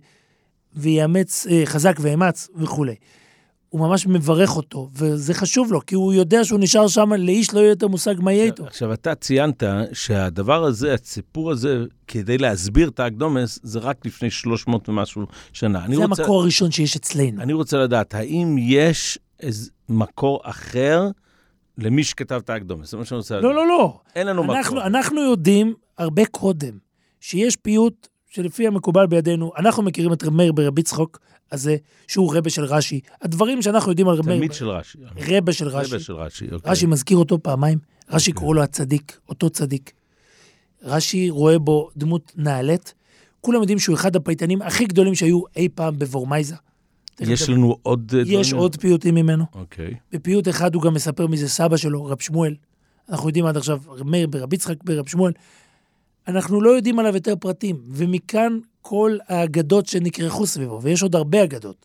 ויאמץ חזק ואמץ וכו'. הוא ממש מברך אותו, וזה חשוב לו, כי הוא יודע שהוא נשאר שם, לאיש לא יהיה יותר מושג מה יהיה איתו.
עכשיו, אתה ציינת שהדבר הזה, הסיפור הזה, כדי להסביר את האקדומס, זה רק לפני שלוש מאות ומשהו שנה.
זה רוצה... המקור הראשון שיש אצלנו.
אני רוצה לדעת, האם יש איזה מקור אחר למי שכתב את האקדומס? זה מה שאני רוצה לדעת.
לא, לא, לא.
אין לנו
אנחנו,
מקור.
אנחנו יודעים הרבה קודם, שיש פיוט שלפי המקובל בידינו, אנחנו מכירים את רב מאיר ברבי יצחק, הזה, שהוא רבה של רש"י. הדברים שאנחנו יודעים על רב מאיר...
תלמיד של רש"י.
רבה של רש"י.
רבה של רש"י, אוקיי.
רש"י מזכיר אותו פעמיים. רש"י קורא לו הצדיק, אותו צדיק. רש"י רואה בו דמות נעלית. כולם יודעים שהוא אחד הפייטנים הכי גדולים שהיו אי פעם בוורמייזה.
יש לנו עוד...
יש עוד פיוטים ממנו.
אוקיי.
בפיוט אחד הוא גם מספר מזה סבא שלו, רב שמואל. אנחנו יודעים עד עכשיו, רב מאיר ברבי יצחק ברב שמואל. אנחנו לא יודעים עליו יותר פרטים, ומכאן כל האגדות שנקרחו סביבו, ויש עוד הרבה אגדות.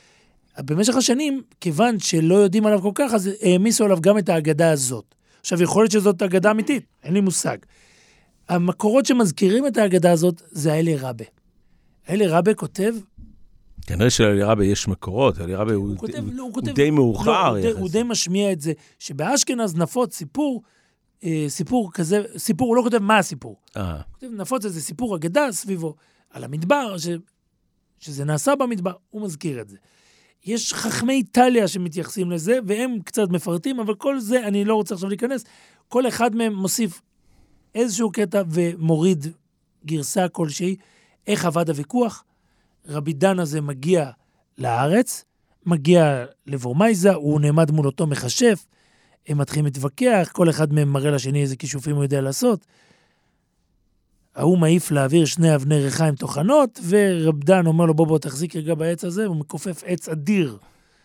במשך השנים, כיוון שלא יודעים עליו כל כך, אז העמיסו עליו גם את האגדה הזאת. עכשיו, יכול להיות שזאת אגדה אמיתית, אין לי מושג. המקורות שמזכירים את האגדה הזאת, זה אלי רבה. אלי רבה כותב...
כנראה שלאלי רבה יש מקורות, אלי רבה הוא, הוא, כותב, הוא, הוא, כותב, הוא די מאוחר. לא, הוא, די, הוא די משמיע את זה, שבאשכנז נפוץ סיפור, סיפור כזה, סיפור, הוא לא כותב מה הסיפור. הוא כותב, נפוץ איזה סיפור אגדה סביבו, על המדבר, ש... שזה נעשה במדבר, הוא מזכיר את זה. יש חכמי איטליה שמתייחסים לזה, והם קצת מפרטים, אבל כל זה, אני לא רוצה עכשיו להיכנס, כל אחד מהם מוסיף איזשהו קטע ומוריד גרסה כלשהי, איך עבד הוויכוח. רבי דן הזה מגיע לארץ, מגיע לוורמייזה, הוא נעמד מול אותו מחשף, הם מתחילים להתווכח, כל אחד מהם מראה לשני איזה כישופים הוא יודע לעשות. ההוא מעיף להעביר שני אבני ריחה עם תוכנות, ורב דן אומר לו, בוא בוא תחזיק רגע בעץ הזה, הוא מקופף עץ אדיר,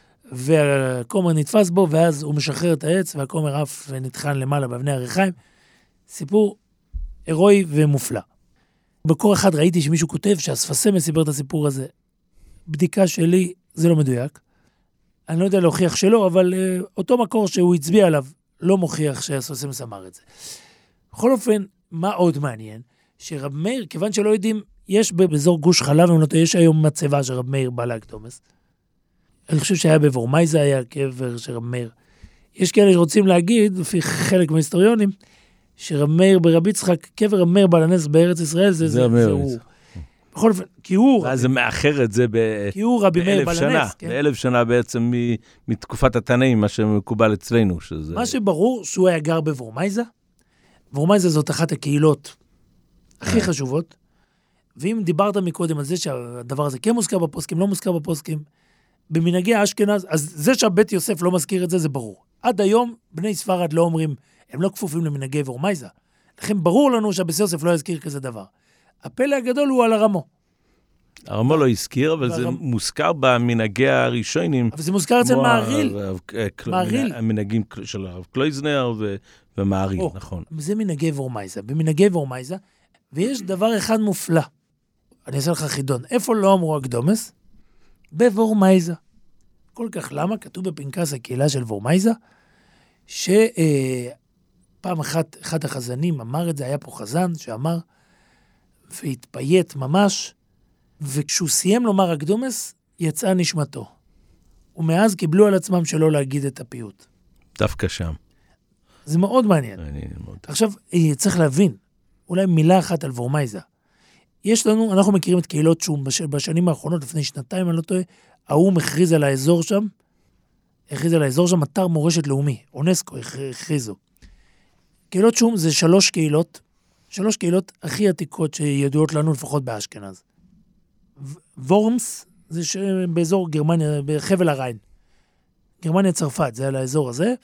והקומר נתפס בו, ואז הוא משחרר את העץ, והקומר עף ונטחן למעלה באבני הריחיים. סיפור הירואי ומופלא. בקור אחד ראיתי שמישהו כותב שהספסם מסיבר את הסיפור הזה. בדיקה שלי, זה לא מדויק. אני לא יודע להוכיח שלא, אבל uh, אותו מקור שהוא הצביע עליו, לא מוכיח שהספסם סמר את זה. בכל אופן, מה עוד מעניין? שרב מאיר, כיוון שלא יודעים, יש באזור גוש חלב, יש היום מצבה שרב מאיר בא להקדומס. אני חושב שהיה בוורמייזה היה קבר של רב מאיר. יש כאלה שרוצים להגיד, לפי חלק מההיסטוריונים, שרב מאיר ברבי יצחק, קבר רב מאיר בעל הנס בארץ ישראל, זה, זה, זה, זה הוא. בכל אופן, כי הוא... ואז זה מאחר את זה באלף שנה, באלף שנה בעצם מתקופת התנאים, מה שמקובל אצלנו. שזה...
מה שברור, שהוא היה גר בוורמייזה. וורמייזה זאת אחת הקהילות הכי חשובות, ואם דיברת מקודם על זה שהדבר הזה כן מוזכר בפוסקים, לא מוזכר בפוסקים, במנהגי האשכנז, אז זה שהבית יוסף לא מזכיר את זה, זה ברור. עד היום בני ספרד לא אומרים, הם לא כפופים למנהגי ורמייזה. לכן ברור לנו שהבית יוסף לא יזכיר כזה דבר. הפלא הגדול הוא על הרמו.
הרמו לא הזכיר, אבל זה
והרמ-
מוזכר במנהגי הראשונים.
אבל זה מוזכר אצל
כמו
מעריל.
ה- ה-
מעריל.
המנהגים של הרב קלויזנר ו- ומעריל,
או,
נכון.
זה מנהגי ורמייזה. במנהגי ורמייזה, ויש דבר אחד מופלא. אני אעשה לך חידון. איפה לא אמרו הקדומס? בוורמייזה. כל כך למה? כתוב בפנקס הקהילה של וורמייזה, שפעם אחת, אחד החזנים אמר את זה, היה פה חזן שאמר, והתפייט ממש, וכשהוא סיים לומר הקדומס, יצאה נשמתו. ומאז קיבלו על עצמם שלא להגיד את הפיוט.
דווקא שם.
זה מאוד מעניין.
אני מאוד...
עכשיו, צריך להבין, אולי מילה אחת על וורמייזה. יש לנו, אנחנו מכירים את קהילות שום, בש, בשנים האחרונות, לפני שנתיים, אני לא טועה, האום הכריז על האזור שם, הכריז על האזור שם אתר מורשת לאומי, אונסקו הכריזו. קהילות שום זה שלוש קהילות, שלוש קהילות הכי עתיקות שידועות לנו לפחות באשכנז. וורמס, זה ש... באזור גרמניה, בחבל הריין. גרמניה צרפת, זה על האזור הזה.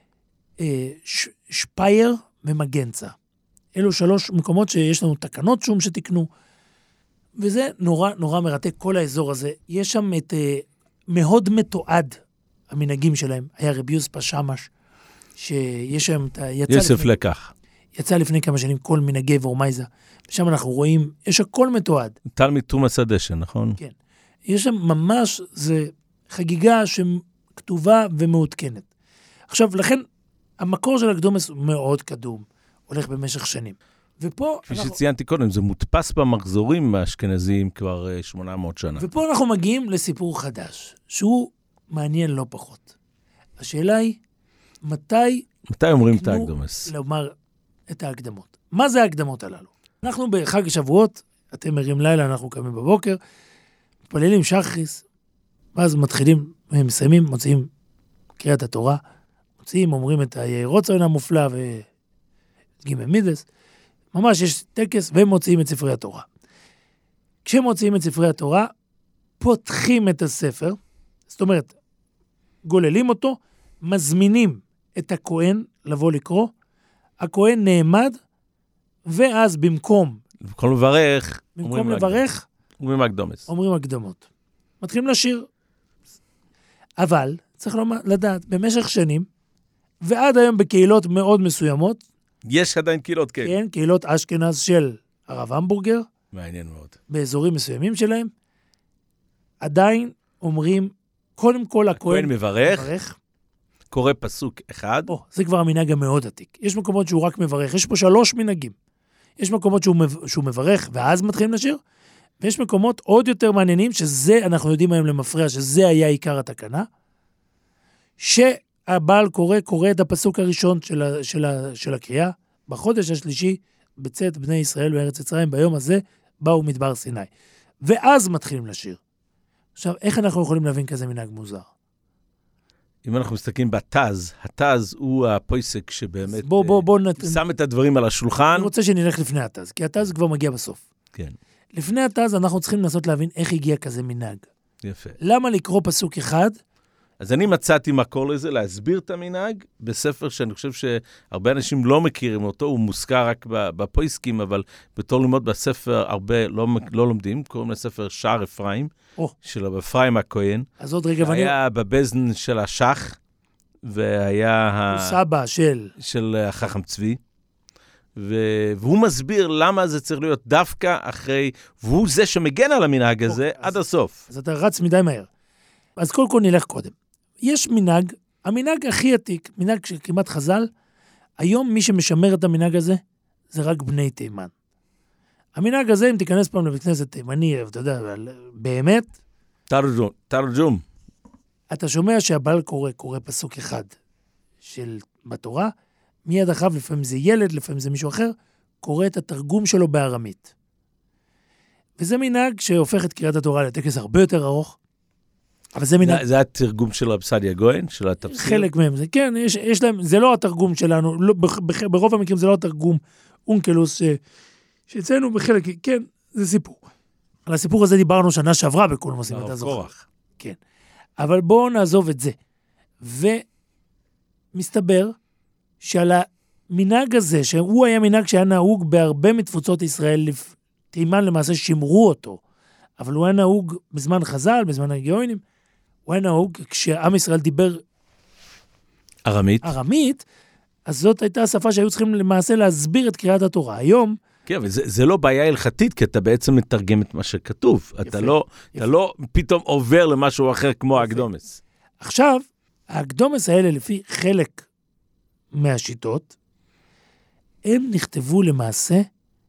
ש... שפייר ומגנצה. אלו שלוש מקומות שיש לנו תקנות שום שתקנו, וזה נורא נורא מרתק, כל האזור הזה. יש שם את uh, מאוד מתועד המנהגים שלהם. היה רבי יוספה שמש, שיש שם את ה...
יוסף
לפני,
לקח.
יצא לפני כמה שנים כל מנהגי וורמייזה, ושם אנחנו רואים, יש הכל מתועד.
תלמיד תומאס הדשן, נכון?
כן. יש שם ממש, זה חגיגה שכתובה ומעודכנת. עכשיו, לכן, המקור של הקדומס הוא מאוד קדום, הולך במשך שנים. ופה...
כפי
אנחנו...
שציינתי קודם, זה מודפס במחזורים האשכנזיים כבר uh, שמונה מאות שנה.
ופה אנחנו מגיעים לסיפור חדש, שהוא מעניין לא פחות. השאלה היא, מתי...
מתי אומרים את
תקנו
הקדומס?
לומר את ההקדמות. מה זה ההקדמות הללו? אנחנו בחג השבועות, אתם מרים לילה, אנחנו קמים בבוקר, מתפללים שחריס, ואז מתחילים, מסיימים, מוציאים קריאת התורה, מוציאים, אומרים את הירוצון המופלא וגימי מידס, ממש יש טקס, והם מוציאים את ספרי התורה. כשהם מוציאים את ספרי התורה, פותחים את הספר, זאת אומרת, גוללים אותו, מזמינים את הכהן לבוא לקרוא, הכהן נעמד, ואז במקום,
במקום לברך,
במקום לברך,
אומרים הקדומס.
אומרים הקדמות. מתחילים לשיר. אבל, צריך לומר, לדעת, במשך שנים, ועד היום בקהילות מאוד מסוימות,
יש עדיין קהילות, כן.
כן, קהילות אשכנז של הרב המבורגר,
מעניין מאוד.
באזורים מסוימים שלהם, עדיין אומרים, קודם כל הכהן
הכהן מברך,
מברך.
קורא פסוק אחד,
או, זה כבר המנהג המאוד עתיק. יש מקומות שהוא רק מברך, יש פה שלוש מנהגים. יש מקומות שהוא, מב... שהוא מברך, ואז מתחילים לשיר, ויש מקומות עוד יותר מעניינים, שזה, אנחנו יודעים היום למפרע, שזה היה עיקר התקנה, שהבעל קורא, קורא את הפסוק הראשון של, ה... של, ה... של הקריאה, בחודש השלישי, בצאת בני ישראל בארץ מצרים, ביום הזה, באו מדבר סיני. ואז מתחילים לשיר. עכשיו, איך אנחנו יכולים להבין כזה מנהג מוזר?
אם אנחנו מסתכלים בתז, התז הוא הפויסק שבאמת
בוא, בוא, בוא נת...
שם את הדברים על השולחן.
אני רוצה שנלך לפני התז, כי התז כבר מגיע בסוף.
כן,
לפני התז אנחנו צריכים לנסות להבין איך הגיע כזה מנהג.
יפה.
למה לקרוא פסוק אחד?
אז אני מצאתי מקור לזה, להסביר את המנהג, בספר שאני חושב שהרבה אנשים לא מכירים אותו, הוא מוזכר רק בפויסקים, אבל בתור ללמוד בספר הרבה לא, לא לומדים, קוראים לספר שער אפרים,
או.
של אפרים הכהן.
אז עוד רגע, ואני...
היה בבזן של השח, והיה
הוא סבא של...
של החכם צבי, ו... והוא מסביר למה זה צריך להיות דווקא אחרי, והוא זה שמגן על המנהג הזה
אז...
עד הסוף.
אז אתה רץ מדי מהר. אז קודם כל נלך קודם. יש מנהג, המנהג הכי עתיק, מנהג שכמעט חז"ל, היום מי שמשמר את המנהג הזה, זה רק בני תימן. המנהג הזה, אם תיכנס פעם לבית כנסת תימני, אתה יודע, באמת,
תרג'ום, תרג'ום.
אתה שומע שהבעל קורא, קורא פסוק אחד של בתורה, מיד אחריו, לפעמים זה ילד, לפעמים זה מישהו אחר, קורא את התרגום שלו בארמית. וזה מנהג שהופך את קריאת התורה לטקס הרבה יותר ארוך, אבל זה מנהג...
זה, זה התרגום של רב סעדיה גויין, של התפסיר?
חלק מהם, זה כן, יש, יש להם, זה לא התרגום שלנו, לא, בח, ברוב המקרים זה לא התרגום אונקלוס, ש, שאצלנו בחלק, כן, זה סיפור. על הסיפור הזה דיברנו שנה שעברה בכל נושאים, אתה זוכר. כן. אבל בואו נעזוב את זה. ומסתבר שעל המנהג הזה, שהוא היה מנהג שהיה נהוג בהרבה מתפוצות ישראל, תימן למעשה שימרו אותו, אבל הוא היה נהוג בזמן חז"ל, בזמן הגאונים, הוא היה נהוג כשעם ישראל דיבר
ארמית.
ארמית, אז זאת הייתה השפה שהיו צריכים למעשה להסביר את קריאת התורה. היום...
כן, אבל זה, זה לא בעיה הלכתית, כי אתה בעצם מתרגם את מה שכתוב. יפה, אתה, לא, אתה לא פתאום עובר למשהו אחר כמו יפה. האקדומס.
עכשיו, האקדומס האלה, לפי חלק מהשיטות, הם נכתבו למעשה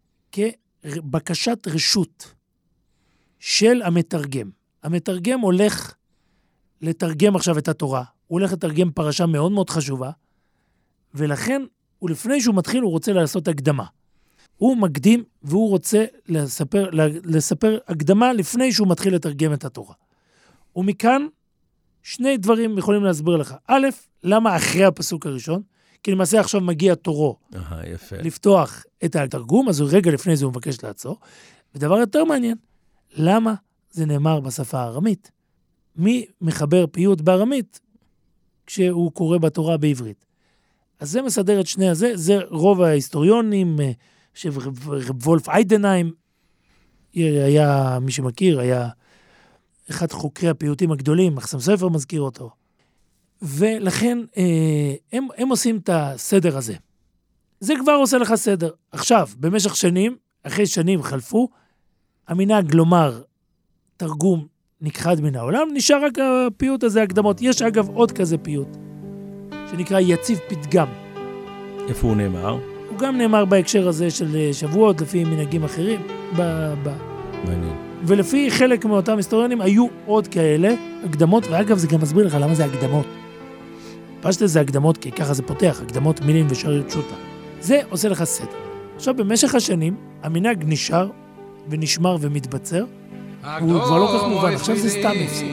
כבקשת רשות של המתרגם. המתרגם הולך לתרגם עכשיו את התורה, הוא הולך לתרגם פרשה מאוד מאוד חשובה, ולכן, ולפני שהוא מתחיל, הוא רוצה לעשות הקדמה. הוא מקדים, והוא רוצה לספר, לספר הקדמה לפני שהוא מתחיל לתרגם את התורה. ומכאן, שני דברים יכולים להסביר לך. א', למה אחרי הפסוק הראשון? כי למעשה עכשיו מגיע תורו
אה, יפה.
לפתוח את התרגום, אז רגע לפני זה הוא מבקש לעצור. ודבר יותר מעניין, למה זה נאמר בשפה הארמית? מי מחבר פיוט בארמית כשהוא קורא בתורה בעברית? אז זה מסדר את שני הזה, זה רוב ההיסטוריונים, שרב וולף איידנהיים, היה, מי שמכיר, היה אחד חוקרי הפיוטים הגדולים, מחסם ספר מזכיר אותו. ולכן הם, הם עושים את הסדר הזה. זה כבר עושה לך סדר. עכשיו, במשך שנים, אחרי שנים חלפו, המנהג לומר תרגום נכחד מן העולם, נשאר רק הפיוט הזה, הקדמות. יש אגב עוד כזה פיוט, שנקרא יציב פתגם.
איפה הוא נאמר?
הוא גם נאמר בהקשר הזה של שבועות, לפי מנהגים אחרים. ב... ב...
מעניין.
ולפי חלק מאותם היסטוריונים, היו עוד כאלה הקדמות, ואגב זה גם מסביר לך למה זה הקדמות. פשט זה הקדמות, כי ככה זה פותח, הקדמות מילים ושריות שוטה. זה עושה לך סדר. עכשיו, במשך השנים, המנהג נשאר ונשמר ומתבצר, הוא כבר לא כך מובן, עכשיו זה סתם הפסיק.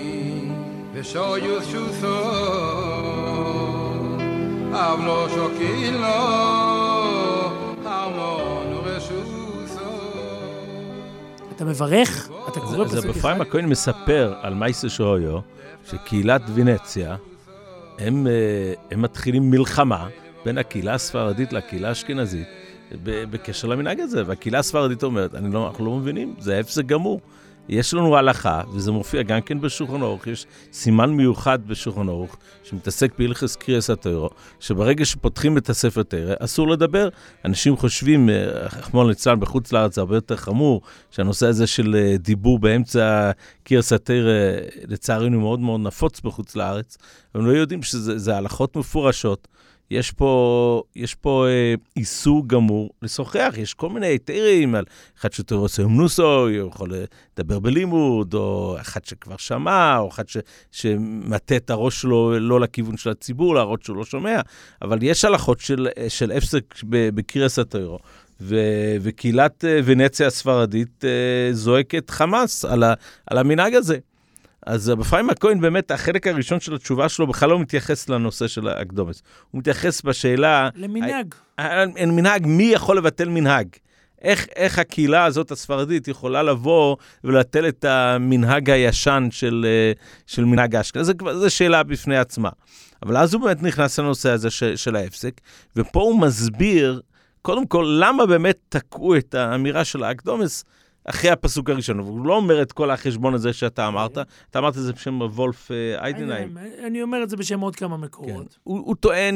אתה מברך, אתה קורא פסוק אחד.
אז אפרים הכהן מספר על מייסה שויו, שקהילת ונציה, הם, הם מתחילים מלחמה בין הקהילה הספרדית לקהילה האשכנזית, בקשר למנהג הזה, והקהילה הספרדית אומרת, אני לא, אנחנו לא מבינים, זה הפסק גמור. יש לנו הלכה, וזה מופיע גם כן בשולחן ערוך, יש סימן מיוחד בשולחן ערוך, שמתעסק בהלכות קריאת התורה, שברגע שפותחים את הספר תורה, אסור לדבר. אנשים חושבים, רחמנא ליצלן בחוץ לארץ, זה הרבה יותר חמור, שהנושא הזה של דיבור באמצע קריאת התורה, לצערנו מאוד מאוד נפוץ בחוץ לארץ, אבל לא יודעים שזה הלכות מפורשות, יש פה, יש פה אה, איסור גמור לשוחח, יש כל מיני היתרים על אחד שאתה רוצה אמנוסו, יכול לדבר בלימוד, או אחד שכבר שמע, או אחד ש, שמטה את הראש שלו לא לכיוון של הציבור, להראות שהוא לא שומע, אבל יש הלכות של, של הפסק בקריאת התורה, ו- וקהילת ונציה הספרדית אה, זועקת חמאס על, ה- על המנהג הזה. אז אפרים הכהן באמת, החלק הראשון של התשובה שלו בכלל לא מתייחס לנושא של האקדומס. הוא מתייחס בשאלה...
למנהג.
אין מנהג, מי יכול לבטל מנהג? איך, איך הקהילה הזאת הספרדית יכולה לבוא ולטל את המנהג הישן של, של מנהג האשכנז? זה, זה שאלה בפני עצמה. אבל אז הוא באמת נכנס לנושא הזה של, של ההפסק, ופה הוא מסביר, קודם כל, למה באמת תקעו את האמירה של האקדומס, אחרי הפסוק הראשון, הוא לא אומר את כל החשבון הזה שאתה אמרת, אתה אמרת את זה בשם וולף איידנהיים.
אני אומר את זה בשם עוד כמה מקורות.
הוא טוען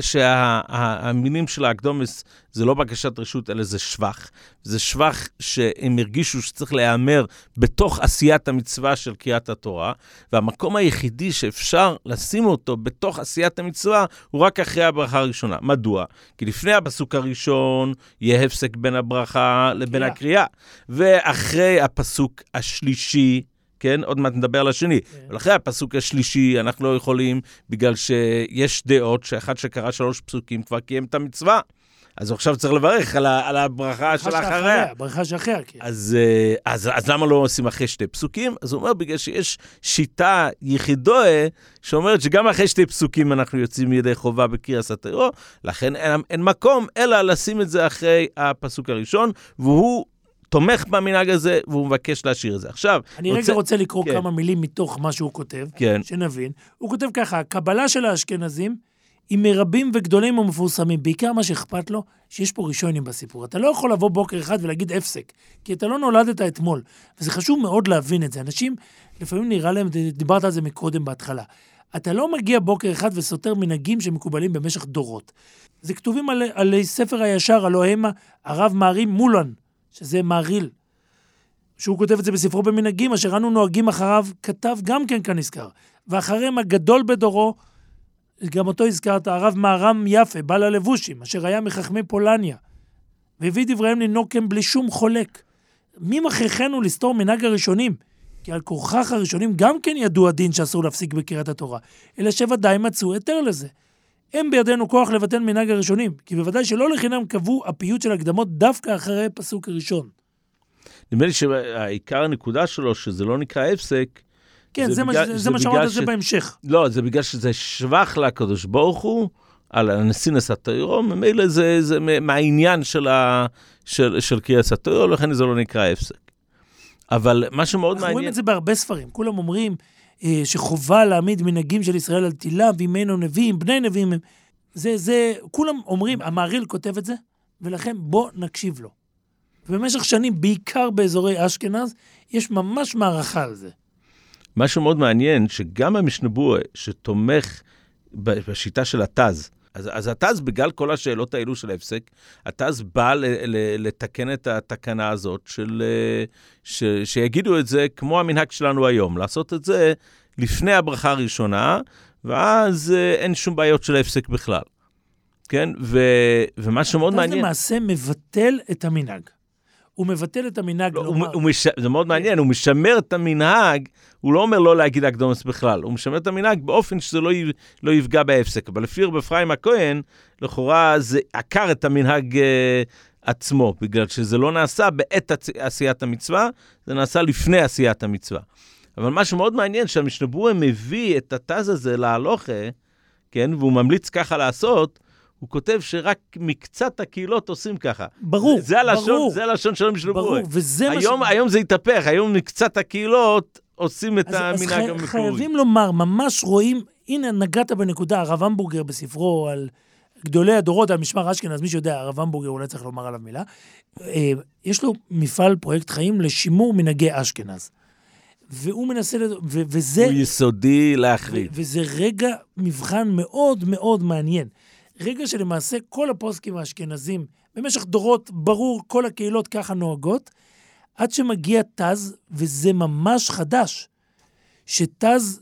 שהמילים של האקדומס זה לא בקשת רשות, אלא זה שבח. זה שבח שהם הרגישו שצריך להיאמר בתוך עשיית המצווה של קריאת התורה, והמקום היחידי שאפשר לשים אותו בתוך עשיית המצווה, הוא רק אחרי הברכה הראשונה. מדוע? כי לפני הפסוק הראשון יהיה הפסק בין הברכה לבין הקריאה. ואחרי הפסוק השלישי, כן, עוד מעט נדבר על השני, אבל אחרי הפסוק השלישי אנחנו לא יכולים, בגלל שיש דעות שאחד שקרא שלוש פסוקים כבר קיים את המצווה, אז הוא עכשיו צריך לברך על, ה, על הברכה של אחריה.
הברכה שאחריה, כן.
אז, אז, אז למה לא עושים אחרי שתי פסוקים? אז הוא אומר, בגלל שיש שיטה יחידוה, שאומרת שגם אחרי שתי פסוקים אנחנו יוצאים מידי חובה בקריאת התורה, לכן אין, אין מקום, אלא לשים את זה אחרי הפסוק הראשון, והוא תומך במנהג הזה, והוא מבקש להשאיר את זה. עכשיו...
אני רוצה... רגע רוצה לקרוא כן. כמה מילים מתוך מה שהוא כותב,
כן.
שנבין. הוא כותב ככה, הקבלה של האשכנזים, היא מרבים וגדולים ומפורסמים, בעיקר מה שאכפת לו, שיש פה ראשונים בסיפור. אתה לא יכול לבוא בוקר אחד ולהגיד הפסק, כי אתה לא נולדת אתמול, וזה חשוב מאוד להבין את זה. אנשים, לפעמים נראה להם, דיברת על זה מקודם בהתחלה, אתה לא מגיע בוקר אחד וסותר מנהגים שמקובלים במשך דורות. זה כתובים על, על ספר הישר, הלוא המה, הרב מערים מולן, שזה מעריל, שהוא כותב את זה בספרו במנהגים, אשר אנו נוהגים אחריו, כתב גם כן כנזכר, ואחריהם הגדול בדורו, גם אותו הזכרת, הרב מערם יפה, בעל הלבושים, אשר היה מחכמי פולניה, והביא דבריהם לנוקם בלי שום חולק. מי מכריחנו לסתור מנהג הראשונים? כי על כורכך הראשונים גם כן ידוע דין שאסור להפסיק בקריאת התורה, אלא שוודאי מצאו היתר לזה. הם בידינו כוח לבטל מנהג הראשונים, כי בוודאי שלא לחינם קבעו הפיוט של הקדמות דווקא אחרי פסוק הראשון.
נדמה לי שהעיקר הנקודה שלו, שזה לא נקרא הפסק,
כן, זה, זה, בגלל, זה, זה מה שאמרת ש... זה בהמשך.
לא, זה בגלל שזה שבח לקדוש ברוך הוא, על הנשיא נשאת תוירו, ממילא זה, זה מהעניין של, ה... של, של קריאת התוירו, לכן זה לא נקרא הפסק. אבל מה שמאוד
אנחנו
מעניין...
אנחנו רואים את זה בהרבה ספרים, כולם אומרים אה, שחובה להעמיד מנהגים של ישראל על תילה, ואימנו נביאים, בני נביאים, זה, זה, כולם אומרים, המעריל כותב את זה, ולכן בוא נקשיב לו. ובמשך שנים, בעיקר באזורי אשכנז, יש ממש מערכה על זה.
משהו מאוד מעניין, שגם המשנבוע שתומך בשיטה של התז, אז, אז התז, בגלל כל השאלות האלו של ההפסק, התז בא ל, ל, לתקן את התקנה הזאת, של, ש, שיגידו את זה כמו המנהג שלנו היום, לעשות את זה לפני הברכה הראשונה, ואז אין שום בעיות של ההפסק בכלל. כן? ו, ומה שמאוד מעניין...
התז למעשה מבטל את המנהג. הוא מבטל את המנהג.
לא, הוא, הוא מש... זה מאוד מעניין, הוא משמר את המנהג, הוא לא אומר לא להגיד הקדומס בכלל, הוא משמר את המנהג באופן שזה לא, י... לא יפגע בהפסק. אבל לפי רב אפרים הכהן, לכאורה זה עקר את המנהג uh, עצמו, בגלל שזה לא נעשה בעת עשיית המצווה, זה נעשה לפני עשיית המצווה. אבל מה שמאוד מעניין, שהמשנבוע מביא את התז הזה להלוכה, כן, והוא ממליץ ככה לעשות, הוא כותב שרק מקצת הקהילות עושים ככה.
ברור,
זה הלשון,
ברור.
זה הלשון של המשנבוע.
ברור, וזה
היום,
מה ש...
היום זה יתהפך, היום מקצת הקהילות עושים את המנהג המקורי.
אז חייבים לומר, ממש רואים, הנה נגעת בנקודה, הרב המבורגר בספרו על גדולי הדורות, על משמר אשכנז, מי שיודע, הרב המבורגר אולי צריך לומר עליו מילה, יש לו מפעל פרויקט חיים לשימור מנהגי אשכנז. והוא מנסה, ו- וזה...
הוא יסודי להחריד.
ו- וזה רגע מבחן מאוד מאוד מעניין. רגע שלמעשה כל הפוסקים האשכנזים, במשך דורות, ברור, כל הקהילות ככה נוהגות, עד שמגיע תז, וזה ממש חדש, שתז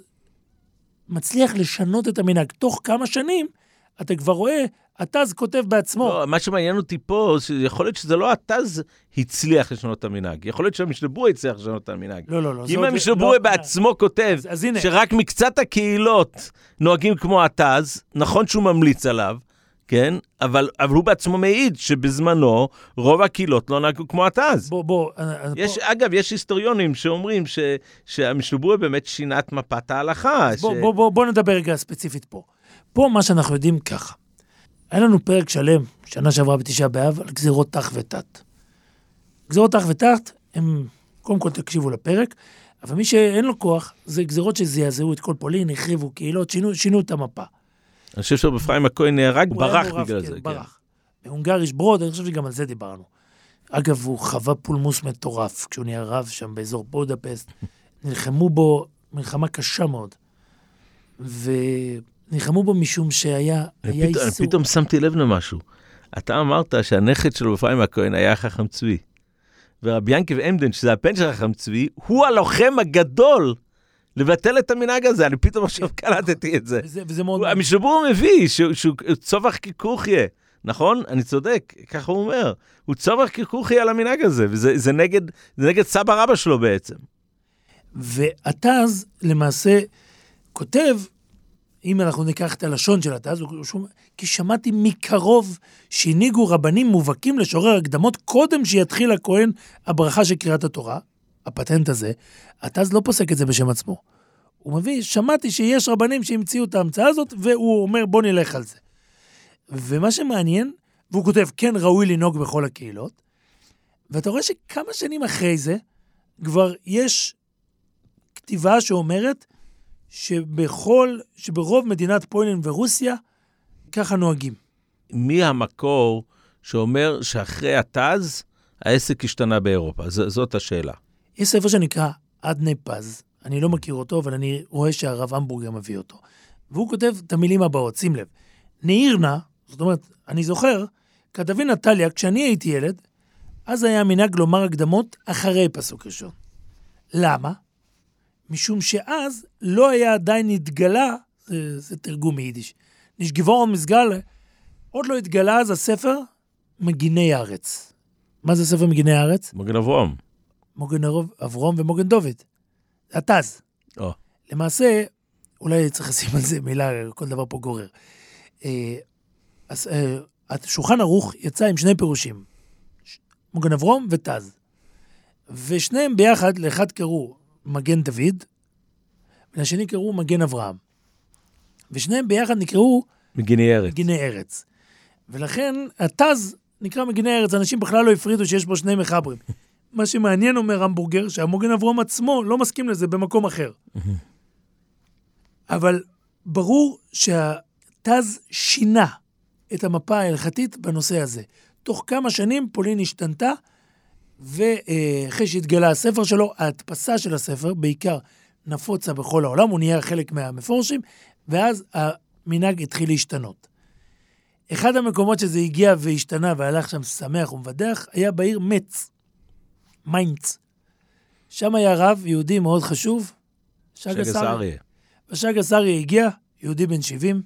מצליח לשנות את המנהג. תוך כמה שנים, אתה כבר רואה, התז כותב בעצמו.
לא, מה שמעניין אותי פה, יכול להיות שזה לא התז הצליח לשנות את המנהג. יכול להיות שהמשנבוע הצליח לשנות את המנהג.
לא, לא, לא.
אם המשנבוע
לא,
בעצמו לא. כותב, אז, אז שרק מקצת הקהילות נוהגים כמו התז, נכון שהוא ממליץ עליו, כן? אבל, אבל הוא בעצמו מעיד שבזמנו רוב הקהילות לא נהגו כמו התז.
בוא, בוא.
יש, בוא. אגב, יש היסטוריונים שאומרים ש, שהמשנבוע באמת שינה את מפת ההלכה. ש...
בוא, בוא, בוא, בוא נדבר רגע ספציפית פה. פה מה שאנחנו יודעים ככה. היה לנו פרק שלם, שנה שעברה בתשעה באב, על גזירות תח ותת. גזירות תח ותת, הם, קודם כל תקשיבו לפרק, אבל מי שאין לו כוח, זה גזירות שזעזעו את כל פולין, החריבו קהילות, שינו, שינו את המפה.
אני חושב שרב אפרים הכהן נהרג, ברח בגלל
כן,
זה.
ברח. כן. בהונגריש ברוד, אני חושב שגם על זה דיברנו. אגב, הוא חווה פולמוס מטורף, כשהוא נהיה רב שם באזור בודפסט, נלחמו בו מלחמה קשה מאוד. ונלחמו בו משום שהיה
אני פתאום, אני פתאום שמתי לב למשהו. אתה אמרת שהנכד של רב אפרים הכהן היה חכם צבי. ורבי ינקב עמדן, שזה הפן של חכם צבי, הוא הלוחם הגדול לבטל את המנהג הזה. אני פתאום עכשיו קלטתי את זה.
וזה, וזה מאוד...
המשנבוע מביא שהוא צובח ככוכיה, נכון? אני צודק, ככה הוא אומר. הוא צובח ככוכיה על המנהג הזה, וזה זה נגד, זה נגד סבא רבא שלו בעצם.
והתז למעשה כותב, אם אנחנו ניקח את הלשון של התז, כי שמעתי מקרוב שהניגו רבנים מובהקים לשורר הקדמות קודם שיתחיל הכהן הברכה של קריאת התורה, הפטנט הזה, התז לא פוסק את זה בשם עצמו. הוא מביא, שמעתי שיש רבנים שהמציאו את ההמצאה הזאת, והוא אומר בוא נלך על זה. ומה שמעניין, והוא כותב כן ראוי לנהוג בכל הקהילות, ואתה רואה שכמה שנים אחרי זה, כבר יש כתיבה שאומרת שבכל, שברוב מדינת פולין ורוסיה, ככה נוהגים.
מי המקור שאומר שאחרי התז, העסק השתנה באירופה? ז- זאת השאלה.
יש ספר שנקרא עדני פז, אני לא מכיר אותו, אבל אני רואה שהרב המבורגר מביא אותו. והוא כותב את המילים הבאות, שים לב. נעירנה, זאת אומרת, אני זוכר, כתבי נטליה, כשאני הייתי ילד, אז היה מנהג לומר הקדמות אחרי פסוק ראשון. למה? משום שאז לא היה עדיין התגלה, זה, זה תרגום מיידיש, נשגבור מסגל, עוד לא התגלה אז הספר מגיני הארץ. מה זה ספר מגיני הארץ?
מגן אברהם.
מגן אברהם ומגן דוד. התז.
או.
למעשה, אולי צריך לשים על זה מילה, כל דבר פה גורר. אז השולחן ערוך יצא עם שני פירושים. מגן אברהם ותז. ושניהם ביחד, לאחד קראו מגן דוד, ולשני קראו מגן אברהם. ושניהם ביחד נקראו
מגיני ארץ.
מגיני ארץ. ולכן התז נקרא מגיני ארץ, אנשים בכלל לא הפרידו שיש בו שני מחברים. מה שמעניין אומר המבורגר, שהמגן אברהם עצמו לא מסכים לזה במקום אחר. אבל ברור שהתז שינה את המפה ההלכתית בנושא הזה. תוך כמה שנים פולין השתנתה, ואחרי שהתגלה הספר שלו, ההדפסה של הספר בעיקר נפוצה בכל העולם, הוא נהיה חלק מהמפורשים, ואז המנהג התחיל להשתנות. אחד המקומות שזה הגיע והשתנה והלך שם שמח ומבדח, היה בעיר מצ, מיינץ. שם היה רב יהודי מאוד חשוב,
שגה סאריה.
ושגה סאריה הגיע, יהודי בן שבעים,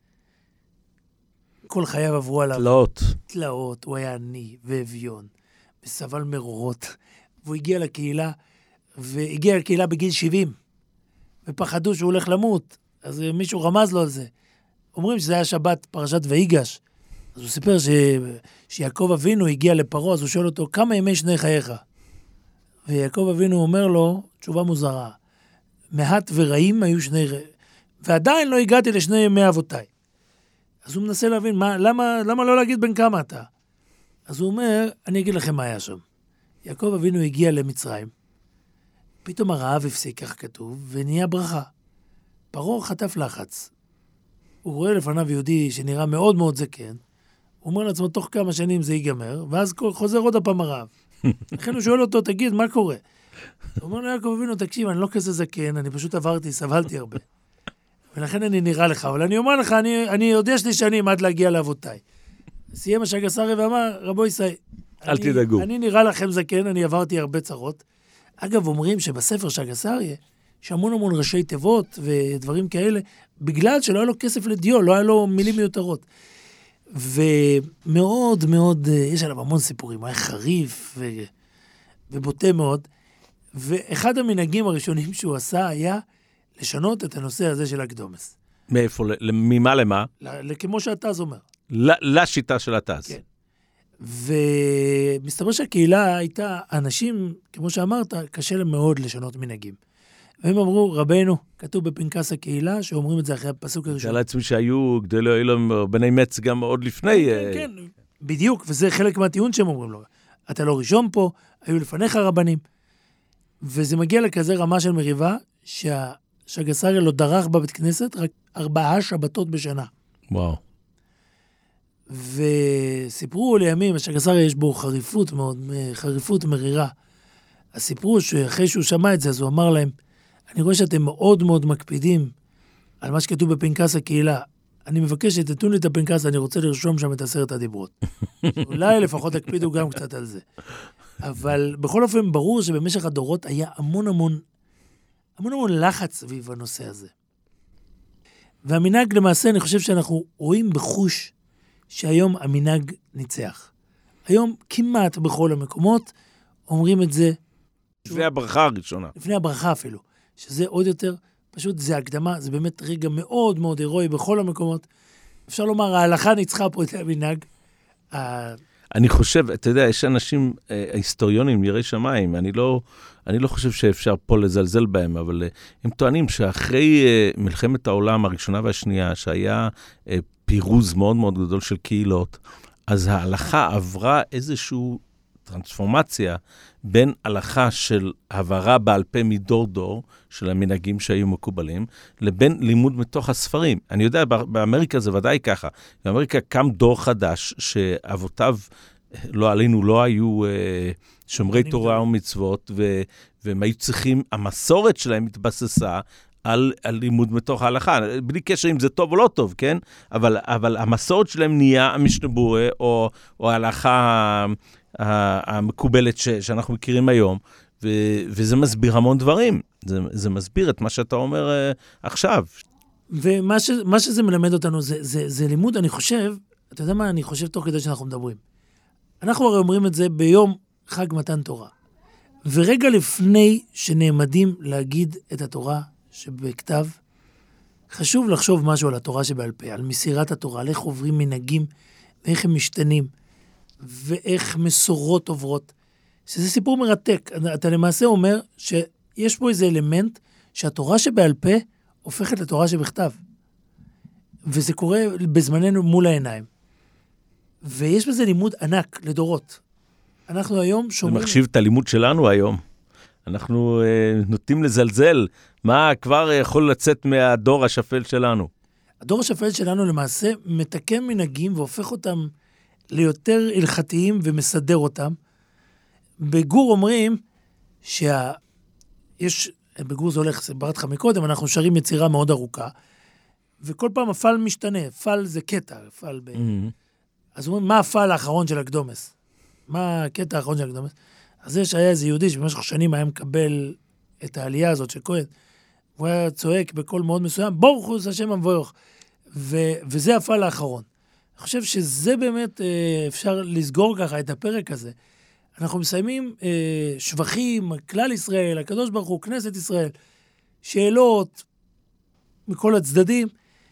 כל חייו עברו עליו.
תלאות.
תלאות, הוא היה עני ואביון, וסבל מרורות, והוא הגיע לקהילה, והגיע לקהילה בגיל שבעים, ופחדו שהוא הולך למות, אז מישהו רמז לו על זה. אומרים שזה היה שבת פרשת ויגש, אז הוא סיפר ש... שיעקב אבינו הגיע לפרעה, אז הוא שואל אותו, כמה ימי שני חייך? ויעקב אבינו אומר לו, תשובה מוזרה, מעט ורעים היו שני רעים, ועדיין לא הגעתי לשני ימי אבותיי. אז הוא מנסה להבין, מה, למה, למה לא להגיד בין כמה אתה? אז הוא אומר, אני אגיד לכם מה היה שם. יעקב אבינו הגיע למצרים, פתאום הרעב הפסיק, כך כתוב, ונהיה ברכה. פרעה חטף לחץ. הוא רואה לפניו יהודי שנראה מאוד מאוד זקן, הוא אומר לעצמו, תוך כמה שנים זה ייגמר, ואז חוזר עוד הפעם הרעב. לכן הוא שואל אותו, תגיד, מה קורה? הוא אומר לו, יעקב אבינו, תקשיב, אני לא כזה זקן, אני פשוט עברתי, סבלתי הרבה. ולכן אני נראה לך, אבל אני אומר לך, אני, אני יודע שלי שנים עד להגיע לאבותיי. סיים השגה סאריה ואמר, רבו ישראל,
אל
אני,
תדאגו.
אני נראה לכם זקן, אני עברתי הרבה צרות. אגב, אומרים שבספר שגה סאריה, יש המון המון ראשי תיבות ודברים כאלה, בגלל שלא היה לו כסף לדיו, לא היה לו מילים מיותרות. ומאוד מאוד, יש עליו המון סיפורים, הוא היה חריף ו... ובוטה מאוד, ואחד המנהגים הראשונים שהוא עשה היה לשנות את הנושא הזה של הקדומס.
מאיפה? ממה למה?
כמו שהתז אומר.
לשיטה של התז.
כן. ומסתבר שהקהילה הייתה, אנשים, כמו שאמרת, קשה להם מאוד לשנות מנהגים. והם אמרו, רבנו, כתוב בפנקס הקהילה, שאומרים את זה אחרי הפסוק הראשון.
זה לעצמי שהיו גדולי אילם בני מצ גם עוד לפני.
כן, כן, בדיוק, וזה חלק מהטיעון שהם אומרים לו. אתה לא ראשון פה, היו לפניך רבנים. וזה מגיע לכזה רמה של מריבה, שהשגה סאריה לא דרך בבית כנסת, רק ארבעה שבתות בשנה.
וואו.
וסיפרו לימים, השגה סאריה יש בו חריפות מאוד, חריפות מרירה. אז סיפרו שאחרי שהוא שמע את זה, אז הוא אמר להם, אני רואה שאתם מאוד מאוד מקפידים על מה שכתוב בפנקס הקהילה. אני מבקש שתתנו לי את הפנקס, אני רוצה לרשום שם את עשרת הדיברות. אולי לפחות תקפידו גם קצת על זה. אבל בכל אופן ברור שבמשך הדורות היה המון המון, המון המון לחץ סביב הנושא הזה. והמנהג למעשה, אני חושב שאנחנו רואים בחוש שהיום המנהג ניצח. היום כמעט בכל המקומות אומרים את זה.
לפני הברכה הראשונה.
לפני הברכה אפילו. שזה עוד יותר, פשוט זה הקדמה, זה באמת רגע מאוד מאוד הירואי בכל המקומות. אפשר לומר, ההלכה ניצחה פה את המנהג.
אני חושב, אתה יודע, יש אנשים, היסטוריונים, יראי שמיים, אני לא, אני לא חושב שאפשר פה לזלזל בהם, אבל הם טוענים שאחרי מלחמת העולם הראשונה והשנייה, שהיה פירוז מאוד מאוד גדול של קהילות, אז ההלכה עברה איזשהו טרנספורמציה בין הלכה של העברה בעל פה מדור דור, של המנהגים שהיו מקובלים, לבין לימוד מתוך הספרים. אני יודע, באמריקה זה ודאי ככה. באמריקה קם דור חדש, שאבותיו, לא עלינו, לא היו אה, שומרי תורה ומצוות, ו, והם היו צריכים, המסורת שלהם התבססה, על, על לימוד מתוך ההלכה, בלי קשר אם זה טוב או לא טוב, כן? אבל, אבל המסורת שלהם נהיה המשנבורה, או, או ההלכה המקובלת ש, שאנחנו מכירים היום, ו, וזה מסביר המון דברים. זה, זה מסביר את מה שאתה אומר uh, עכשיו.
ומה ש, מה שזה מלמד אותנו, זה, זה, זה לימוד, אני חושב, אתה יודע מה אני חושב תוך כדי שאנחנו מדברים? אנחנו הרי אומרים את זה ביום חג מתן תורה. ורגע לפני שנעמדים להגיד את התורה, שבכתב, חשוב לחשוב משהו על התורה שבעל פה, על מסירת התורה, על איך עוברים מנהגים, ואיך הם משתנים, ואיך מסורות עוברות, שזה סיפור מרתק. אתה למעשה אומר שיש פה איזה אלמנט שהתורה שבעל פה הופכת לתורה שבכתב. וזה קורה בזמננו מול העיניים. ויש בזה לימוד ענק לדורות. אנחנו היום שומעים...
זה מחשיב את הלימוד שלנו היום. אנחנו אה, נוטים לזלזל, מה כבר יכול לצאת מהדור השפל שלנו?
הדור השפל שלנו למעשה מתקן מנהגים והופך אותם ליותר הלכתיים ומסדר אותם. בגור אומרים שה... יש... בגור זה הולך, זה בראת לך מקודם, אנחנו שרים יצירה מאוד ארוכה, וכל פעם הפעל משתנה, פעל זה קטע, פעל ב... Mm-hmm. אז אומרים, מה הפעל האחרון של הקדומס? מה הקטע האחרון של הקדומס? אז יש, היה איזה יהודי שבמשך שנים היה מקבל את העלייה הזאת של כהן, הוא היה צועק בקול מאוד מסוים, בורכוס השם המבורך, ו- וזה הפעל האחרון. אני חושב שזה באמת, אה, אפשר לסגור ככה את הפרק הזה. אנחנו מסיימים אה, שבחים, כלל ישראל, הקדוש ברוך הוא, כנסת ישראל, שאלות מכל הצדדים,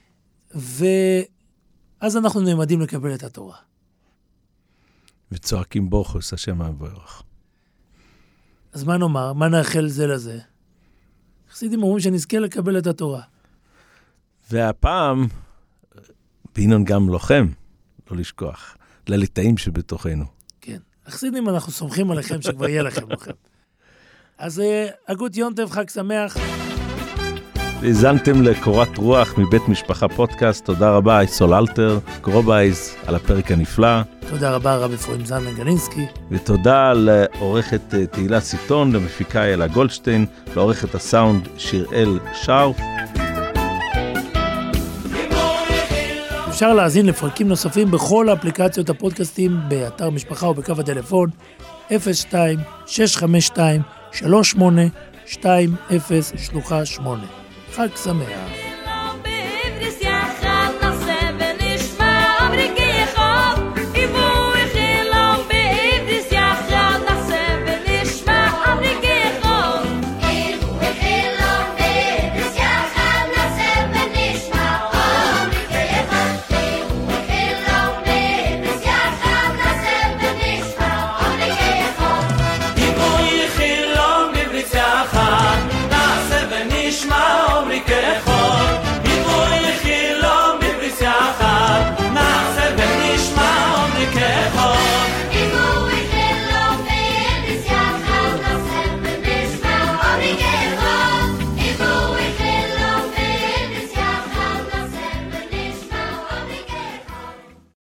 ואז אנחנו נעמדים לקבל את התורה.
וצועקים בורכוס השם המבורך.
אז מה נאמר? מה נאחל זה לזה? חסידים אומרים שנזכה לקבל את התורה.
והפעם, פינון גם לוחם, לא לשכוח, לליטאים שבתוכנו.
כן. החסידים, אנחנו סומכים עליכם שכבר יהיה לכם לוחם. אז הגות יונטב, חג שמח.
האזנתם לקורת רוח מבית משפחה פודקאסט, תודה רבה, איסול אלתר, גרובייז, על הפרק הנפלא.
תודה רבה, רב אפרים זלמן גלינסקי.
ותודה לעורכת תהילה סיטון, למפיקה אלה גולדשטיין, לעורכת הסאונד שיראל שרף.
אפשר להאזין לפרקים נוספים בכל אפליקציות הפודקאסטים, באתר משפחה ובקו הטלפון, אפס שתיים שש חמש שתיים שלוש שמונה שתיים אפס שלוחה שמונה. חג שמח.